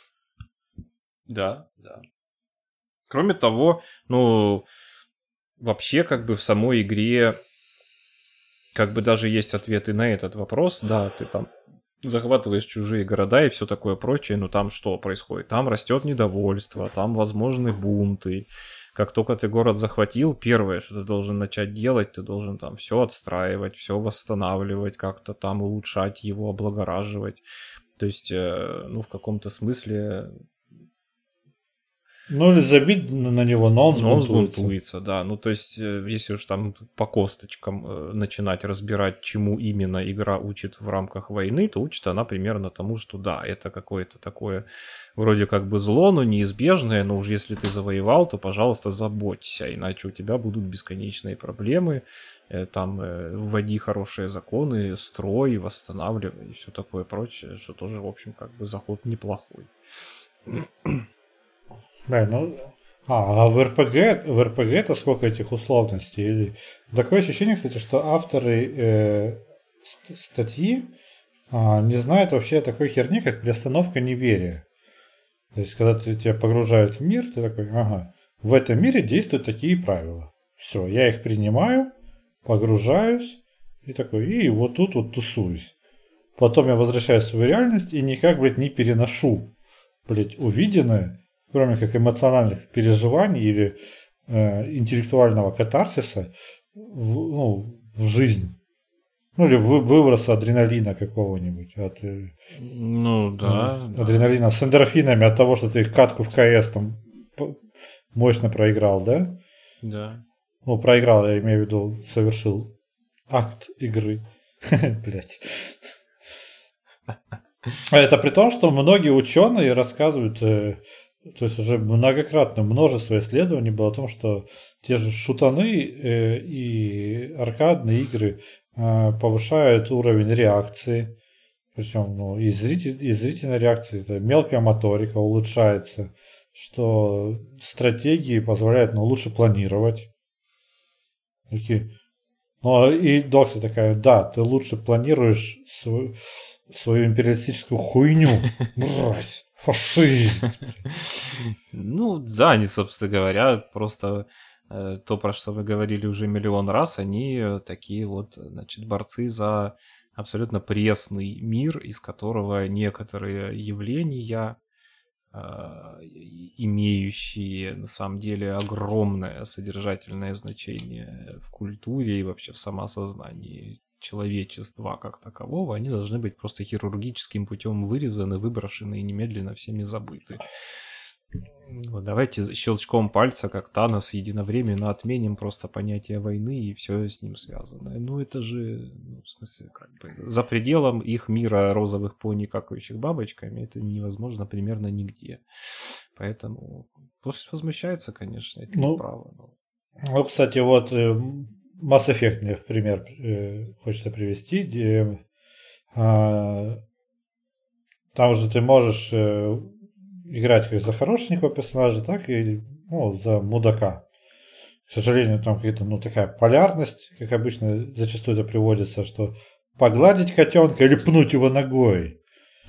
Да. Кроме того, вообще в самой игре даже есть ответы на этот вопрос. Да, ты там захватываешь чужие города и все такое прочее, но там что происходит? Там растет недовольство, там возможны бунты. Как только ты город захватил, первое, что ты должен начать делать, ты должен там все отстраивать, все восстанавливать, как-то там улучшать его, облагораживать. То есть, в каком-то смысле... Или забить на него, но он сбунтуется. Да. То есть, если уж там по косточкам начинать разбирать, чему именно игра учит в рамках войны, то учит она примерно тому, что да, это какое-то такое вроде зло, но неизбежное, но уж если ты завоевал, то, пожалуйста, заботься, иначе у тебя будут бесконечные проблемы, вводи хорошие законы, строй, восстанавливай и все такое прочее, что тоже, в общем, заход неплохой. Да, а в РПГ это сколько этих условностей? Такое ощущение, кстати, что авторы статьи не знают вообще такой херни, как приостановка неверия. То есть, когда тебя погружают в мир, ты такой, в этом мире действуют такие правила. Все, я их принимаю, погружаюсь, и вот тут вот тусуюсь. Потом я возвращаюсь в свою реальность и никак, не переношу, увиденное, кроме как эмоциональных переживаний или интеллектуального катарсиса в жизнь. Или выброса адреналина какого-нибудь. Адреналина с эндорфинами от того, что ты катку в КС там мощно проиграл, да? Да. Проиграл, я имею в виду, совершил акт игры. Блять. А это при том, что многие ученые рассказывают, то есть уже многократно множество исследований было о том, что те же шутаны и аркадные игры повышают уровень реакции, причем и зрительной реакции, мелкая моторика улучшается, что стратегии позволяют лучше планировать. Ну и Докса такая, да, ты лучше планируешь свою империалистическую хуйню. Мразь, фашист. Ну, да, они, собственно говоря, просто то, про что мы говорили уже миллион раз, они такие вот, значит, борцы за абсолютно пресный мир, из которого некоторые явления, имеющие на самом деле огромное содержательное значение в культуре и вообще в самоосознании человечества как такового, они должны быть просто хирургическим путем вырезаны, выброшены и немедленно всеми забыты. Вот давайте щелчком пальца, как Танос, единовременно отменим просто понятие войны и все с ним связанное. Ну это же, в смысле, как бы за пределом их мира розовых пони, какающих бабочками, это невозможно примерно нигде. Поэтому пусть возмущаются, конечно, это их право. Ну, кстати, вот Mass Effect мне в пример хочется привести, где там же ты можешь играть как за хорошенького персонажа, так и за мудака. К сожалению, там какая-то такая полярность, как обычно зачастую это приводится, что погладить котенка или пнуть его ногой.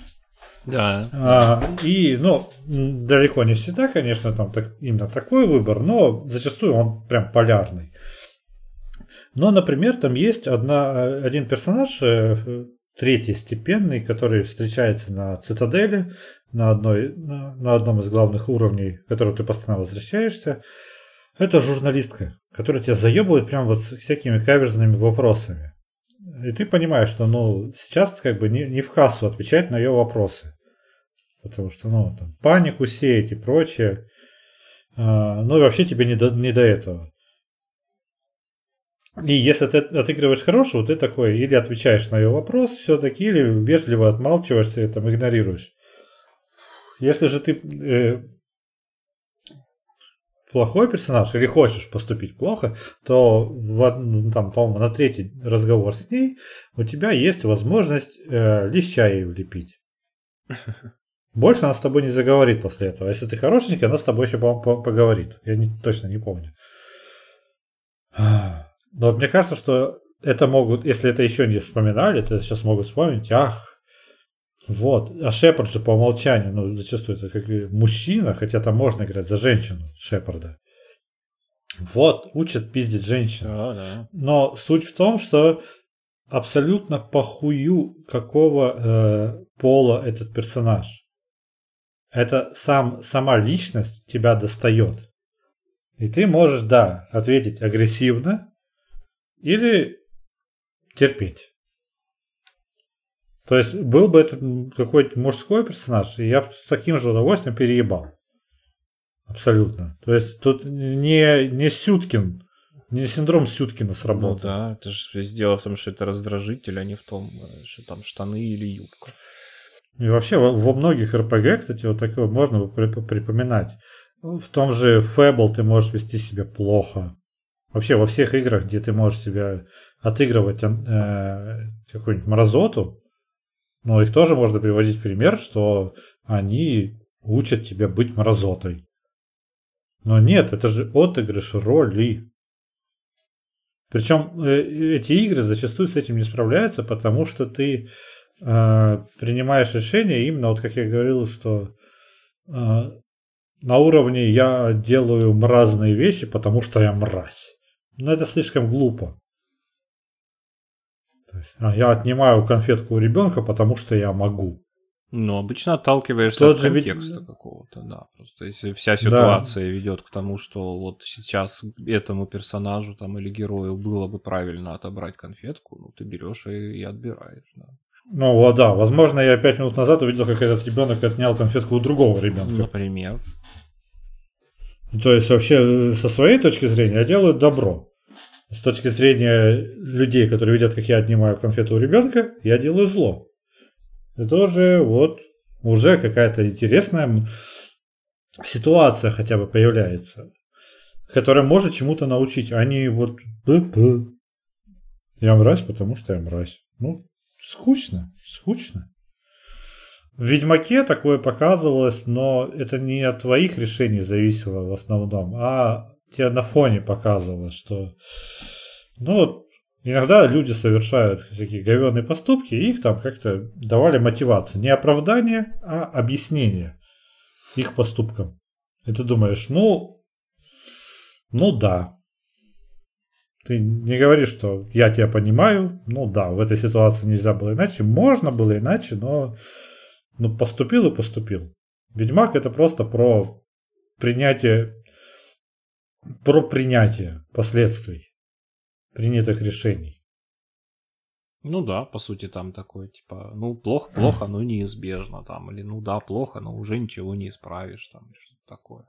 Да. И, далеко не всегда, конечно, там именно такой выбор, но зачастую он прям полярный. Но, например, там есть один персонаж, третьестепенный, который встречается на Цитадели, на одном из главных уровней, в который ты постоянно возвращаешься. Это журналистка, которая тебя заебывает прям вот с всякими каверзными вопросами. И ты понимаешь, что сейчас как бы не в кассу отвечать на ее вопросы. Потому что, там, панику сеять и прочее. И вообще тебе не до этого. И если ты отыгрываешь хорошего, ты такой или отвечаешь на ее вопрос все-таки, или вежливо отмалчиваешься и там игнорируешь. Если же ты плохой персонаж или хочешь поступить плохо, то там, по-моему, на третий разговор с ней у тебя есть возможность леща ей влепить. Больше она с тобой не заговорит после этого. Если ты хорошенький, она с тобой еще, по-моему, поговорит. Я точно не помню. Но вот мне кажется, что это могут, если это еще не вспоминали, то сейчас могут вспомнить, вот. А Шепард же по умолчанию, зачастую это как мужчина, хотя там можно играть за женщину Шепарда. Вот, учат пиздить женщин. Да. Но суть в том, что абсолютно похую, какого пола этот персонаж. Это сама личность тебя достает. И ты можешь, ответить агрессивно или терпеть. То есть был бы это какой-то мужской персонаж, и я бы с таким же удовольствием переебал. Абсолютно. То есть тут не Сюткин, не синдром Сюткина сработал. Да, это же дело в том, что это раздражитель, а не в том, что там штаны или юбка. И вообще во многих РПГ, кстати, вот такое можно припоминать. В том же Fable ты можешь вести себя плохо. Вообще во всех играх, где ты можешь себя отыгрывать какую-нибудь мразоту, их тоже можно приводить в пример, что они учат тебя быть мразотой. Но нет, это же отыгрыш роли. Причем эти игры зачастую с этим не справляются, потому что ты принимаешь решение именно, вот как я говорил, что на уровне я делаю мразные вещи, потому что я мразь. Но это слишком глупо. То есть, я отнимаю конфетку у ребенка, потому что я могу. Обычно отталкиваешься от контекста какого-то, да. Просто если вся ситуация ведет к тому, что вот сейчас этому персонажу там или герою было бы правильно отобрать конфетку, ты берешь и отбираешь, да. Возможно, я 5 минут назад увидел, как этот ребенок отнял конфетку у другого ребенка. Например. То есть, вообще, со своей точки зрения, я делаю добро. С точки зрения людей, которые видят, как я отнимаю конфету у ребенка, я делаю зло. Это уже уже какая-то интересная ситуация хотя бы появляется, которая может чему-то научить, а не я мразь, потому что я мразь. Скучно. В Ведьмаке такое показывалось, но это не от твоих решений зависело в основном, а тебе на фоне показывалось, что иногда люди совершают всякие говёные поступки, и их там как-то давали мотивацию. Не оправдание, а объяснение их поступкам. И ты думаешь, да. Ты не говоришь, что я тебя понимаю, да, в этой ситуации нельзя было иначе. Можно было иначе, но поступил и поступил. Ведьмак это просто про принятие последствий принятых решений. Ну да, по сути там такое, типа, плохо, но неизбежно, там, или плохо, но уже ничего не исправишь, там, что-то такое,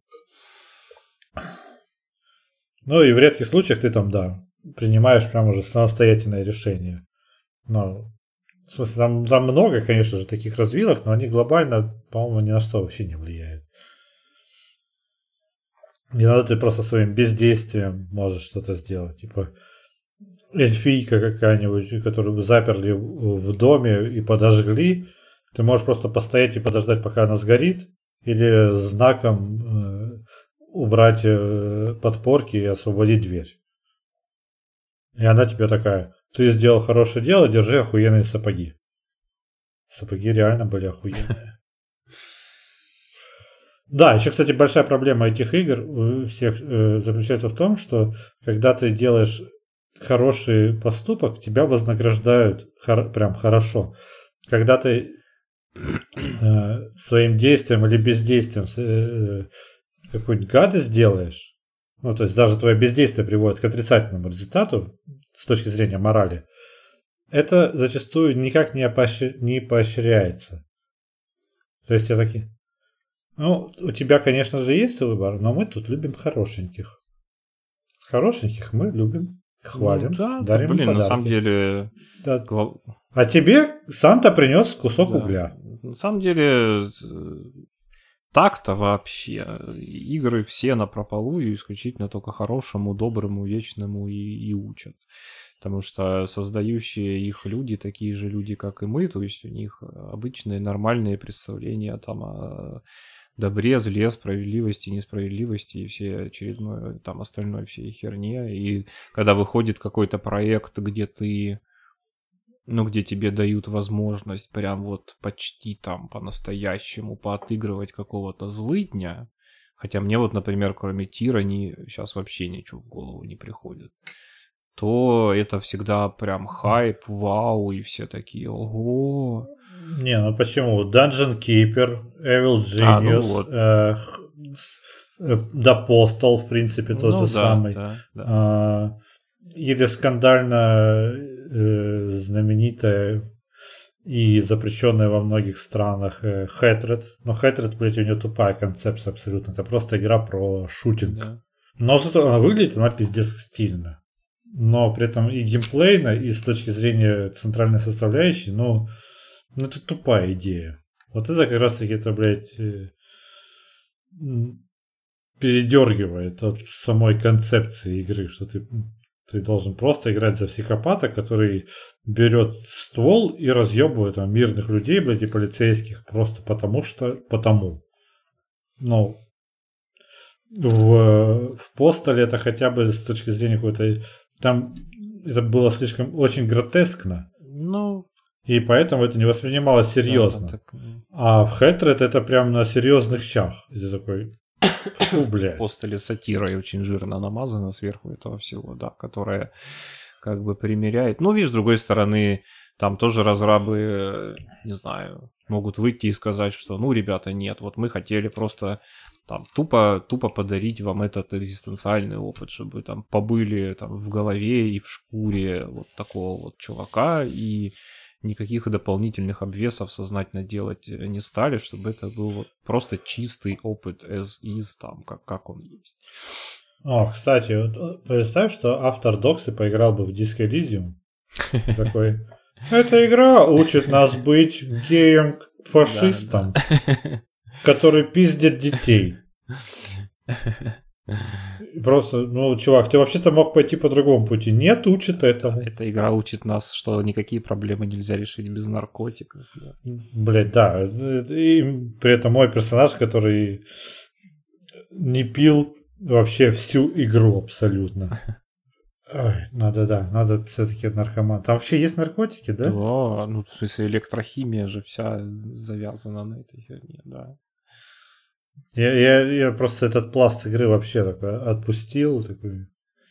да. И в редких случаях ты там, принимаешь прям уже самостоятельное решение. В смысле, там много, конечно же, таких развилок, но они глобально, по-моему, ни на что вообще не влияют. Иногда ты просто своим бездействием можешь что-то сделать. Типа эльфийка какая-нибудь, которую заперли в доме и подожгли. Ты можешь просто постоять и подождать, пока она сгорит. Или знаком убрать подпорки и освободить дверь. И она тебе такая: ты сделал хорошее дело, держи охуенные сапоги. Сапоги реально были охуенные. Да, еще, кстати, большая проблема этих игр у всех заключается в том, что когда ты делаешь хороший поступок, тебя вознаграждают прям хорошо. Когда ты своим действием или бездействием какую-нибудь гадость делаешь, то есть даже твое бездействие приводит к отрицательному результату с точки зрения морали, это зачастую никак не поощряется. То есть я такие: у тебя, конечно же, есть выбор, но мы тут любим хорошеньких. Хорошеньких мы любим, хвалим, дарим подарки. На самом деле... Да. А тебе Санта принес кусок угля. На самом деле, так-то вообще игры все напропалу и исключительно только хорошему, доброму, вечному и учат. Потому что создающие их люди такие же люди, как и мы, то есть у них обычные нормальные представления там о добре, зле, справедливости, несправедливости и все очередной там остальной всей херне. И когда выходит какой-то проект, где ты, где тебе дают возможность прям почти там по-настоящему поотыгрывать какого-то злыдня, хотя мне например, кроме Тирани сейчас вообще ничего в голову не приходит, то это всегда прям хайп, вау, и все такие: ого. Не, почему? Dungeon Keeper, Evil Genius, The Postal, в принципе, тот же самый. Да. Или скандально знаменитая и запрещенная во многих странах Hatred. Но Hatred, блядь, у нее тупая концепция абсолютно. Это просто игра про шутинг. Да. Но зато она выглядит, она пиздец стильно. Но при этом и геймплейно, и с точки зрения центральной составляющей, это тупая идея. Это как раз таки это, блядь, передергивает от самой концепции игры, что ты должен просто играть за психопата, который берет ствол и разъебывает мирных людей, блядь, и полицейских просто потому. В Постале это хотя бы с точки зрения какой-то... Там это было слишком очень гротескно. И поэтому это не воспринималось серьезно. Да, а в Hatred это прям на серьезных щах. И ты такой: фу, блядь. В Постале сатирой очень жирно намазано сверху этого всего, да, которая как бы примеряет. Видишь, с другой стороны, там тоже разрабы, не знаю, могут выйти и сказать, что, ребята, нет, мы хотели просто там тупо подарить вам этот экзистенциальный опыт, чтобы там побыли там в голове и в шкуре такого чувака, и никаких дополнительных обвесов сознательно делать не стали, чтобы это был просто чистый опыт as is, там, как он есть. Кстати, представь, что автор Доксы поиграл бы в Disco Elysium. Такой: Эта игра учит нас быть геем-фашистом, который пиздит детей. Просто, чувак, ты вообще-то мог пойти по другому пути. Нет, учит этому. Эта игра учит нас, что никакие проблемы нельзя решить без наркотиков. Да. Блять, да. И при этом мой персонаж, который не пил вообще всю игру абсолютно. Ой, надо все-таки наркоман. Там вообще есть наркотики, да? Да, ну, в смысле, электрохимия же вся завязана на этой херне, да. Я просто этот пласт игры вообще такой отпустил, такой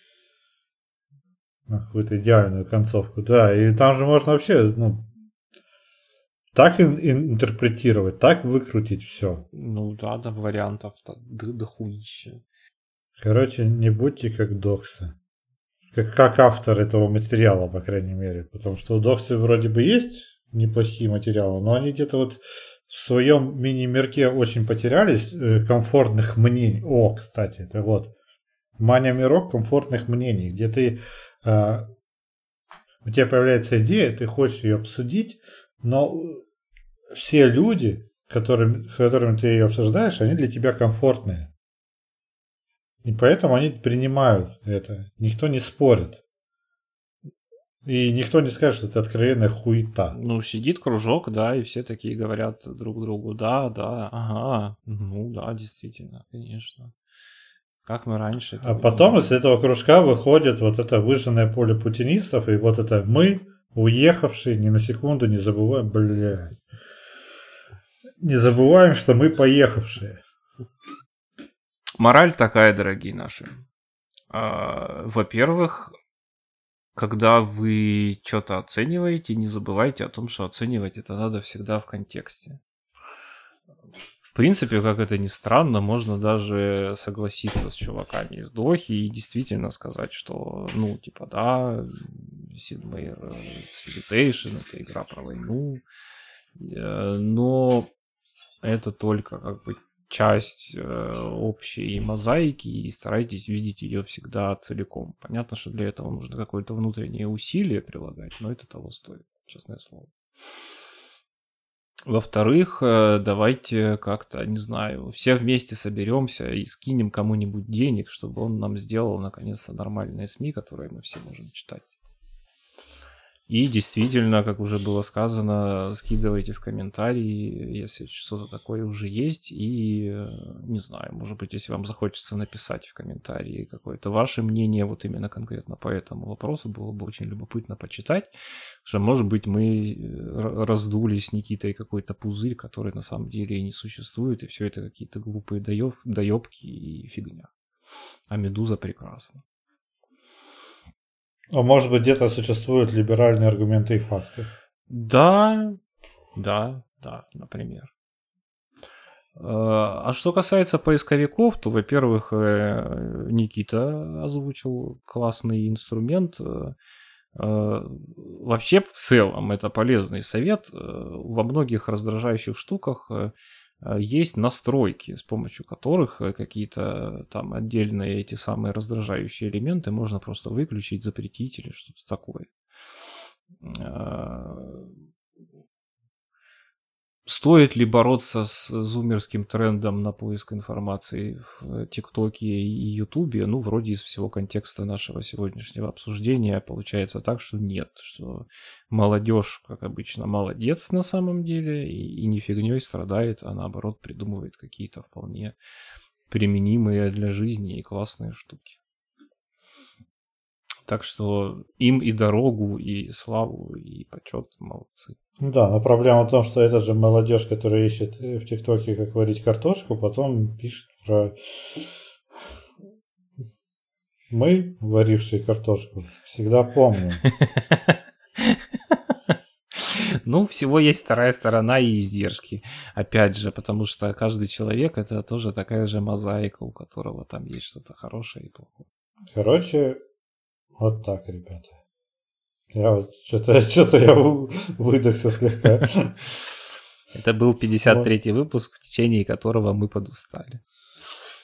какую-то идеальную концовку. Да, и там же можно вообще, так интерпретировать, так выкрутить все. Ну да, вариантов дохуища. Короче, не будьте как Доксы. Как автор этого материала, по крайней мере. Потому что у Доксы вроде бы есть неплохие материалы, но они где-то вот в своем мини-мирке очень потерялись комфортных мнений. О, кстати, это вот Маня-мирок комфортных мнений, где ты у тебя появляется идея, ты хочешь ее обсудить, но все люди, с которыми ты ее обсуждаешь, они для тебя комфортные. И поэтому они принимают это. Никто не спорит. И никто не скажет, что это откровенная хуета. Ну, сидит кружок, да, и все такие говорят друг другу, да, ага, ну да, действительно, конечно. Как мы раньше. А потом из этого кружка выходит вот это выжженное поле путинистов, и вот это мы, уехавшие, ни на секунду не забываем, блядь. Не забываем, что мы поехавшие. Мораль такая, дорогие наши. Во-первых, когда вы что-то оцениваете, не забывайте о том, что оценивать это надо всегда в контексте. В принципе, как это ни странно, можно даже согласиться с чуваками из Дохи и действительно сказать, что, да, Sid Meier Civilization — это игра про войну, но это только как бы часть общей мозаики, и старайтесь видеть ее всегда целиком. Понятно, что для этого нужно какое-то внутреннее усилие прилагать, но это того стоит, честное слово. Во-вторых, давайте как-то, не знаю, все вместе соберемся и скинем кому-нибудь денег, чтобы он нам сделал наконец-то нормальные СМИ, которые мы все можем читать. И действительно, как уже было сказано, скидывайте в комментарии, если что-то такое уже есть. И, не знаю, может быть, если вам захочется написать в комментарии какое-то ваше мнение вот именно конкретно по этому вопросу, было бы очень любопытно почитать. Что, может быть, мы раздули с Никитой какой-то пузырь, который на самом деле и не существует, и все это какие-то глупые доебки и фигня. А Медуза прекрасна. А может быть, где-то существуют либеральные аргументы и факты? Да, например. А что касается поисковиков, то, во-первых, Никита озвучил классный инструмент. Вообще, в целом, это полезный совет. Во многих раздражающих штуках есть настройки, с помощью которых какие-то там отдельные эти самые раздражающие элементы можно просто выключить, запретить или что-то такое. Стоит ли бороться с зумерским трендом на поиск информации в ТикТоке и Ютубе? Ну, вроде из всего контекста нашего сегодняшнего обсуждения получается так, что нет, что молодежь, как обычно, молодец на самом деле и не фигней страдает, а наоборот придумывает какие-то вполне применимые для жизни и классные штуки. Так что им и дорогу, и славу, и почет, молодцы. Да, но проблема в том, что это же молодежь, которая ищет в ТикТоке, как варить картошку, потом пишет про мы, варившие картошку, всегда помним. Ну, всего есть вторая сторона и издержки. Опять же, потому что каждый человек — это тоже такая же мозаика, у которого там есть что-то хорошее и плохое. Короче, вот так, ребята. Я вот что-то я выдохся слегка. Это был 53-й выпуск, в течение которого мы подустали.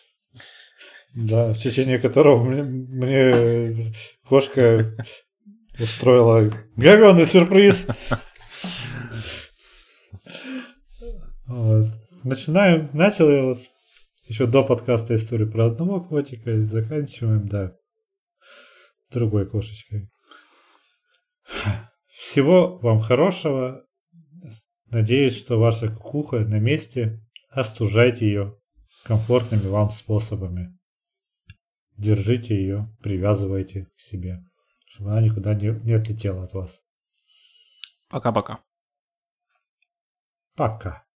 Да, в течение которого мне кошка устроила говёный сюрприз. Вот. Начал я вот еще до подкаста историю про одного котика и заканчиваем, да, другой кошечкой. Всего вам хорошего. Надеюсь, что ваша кукуха на месте. Остужайте ее комфортными вам способами. Держите ее, привязывайте к себе, чтобы она никуда не отлетела от вас. Пока-пока. Пока.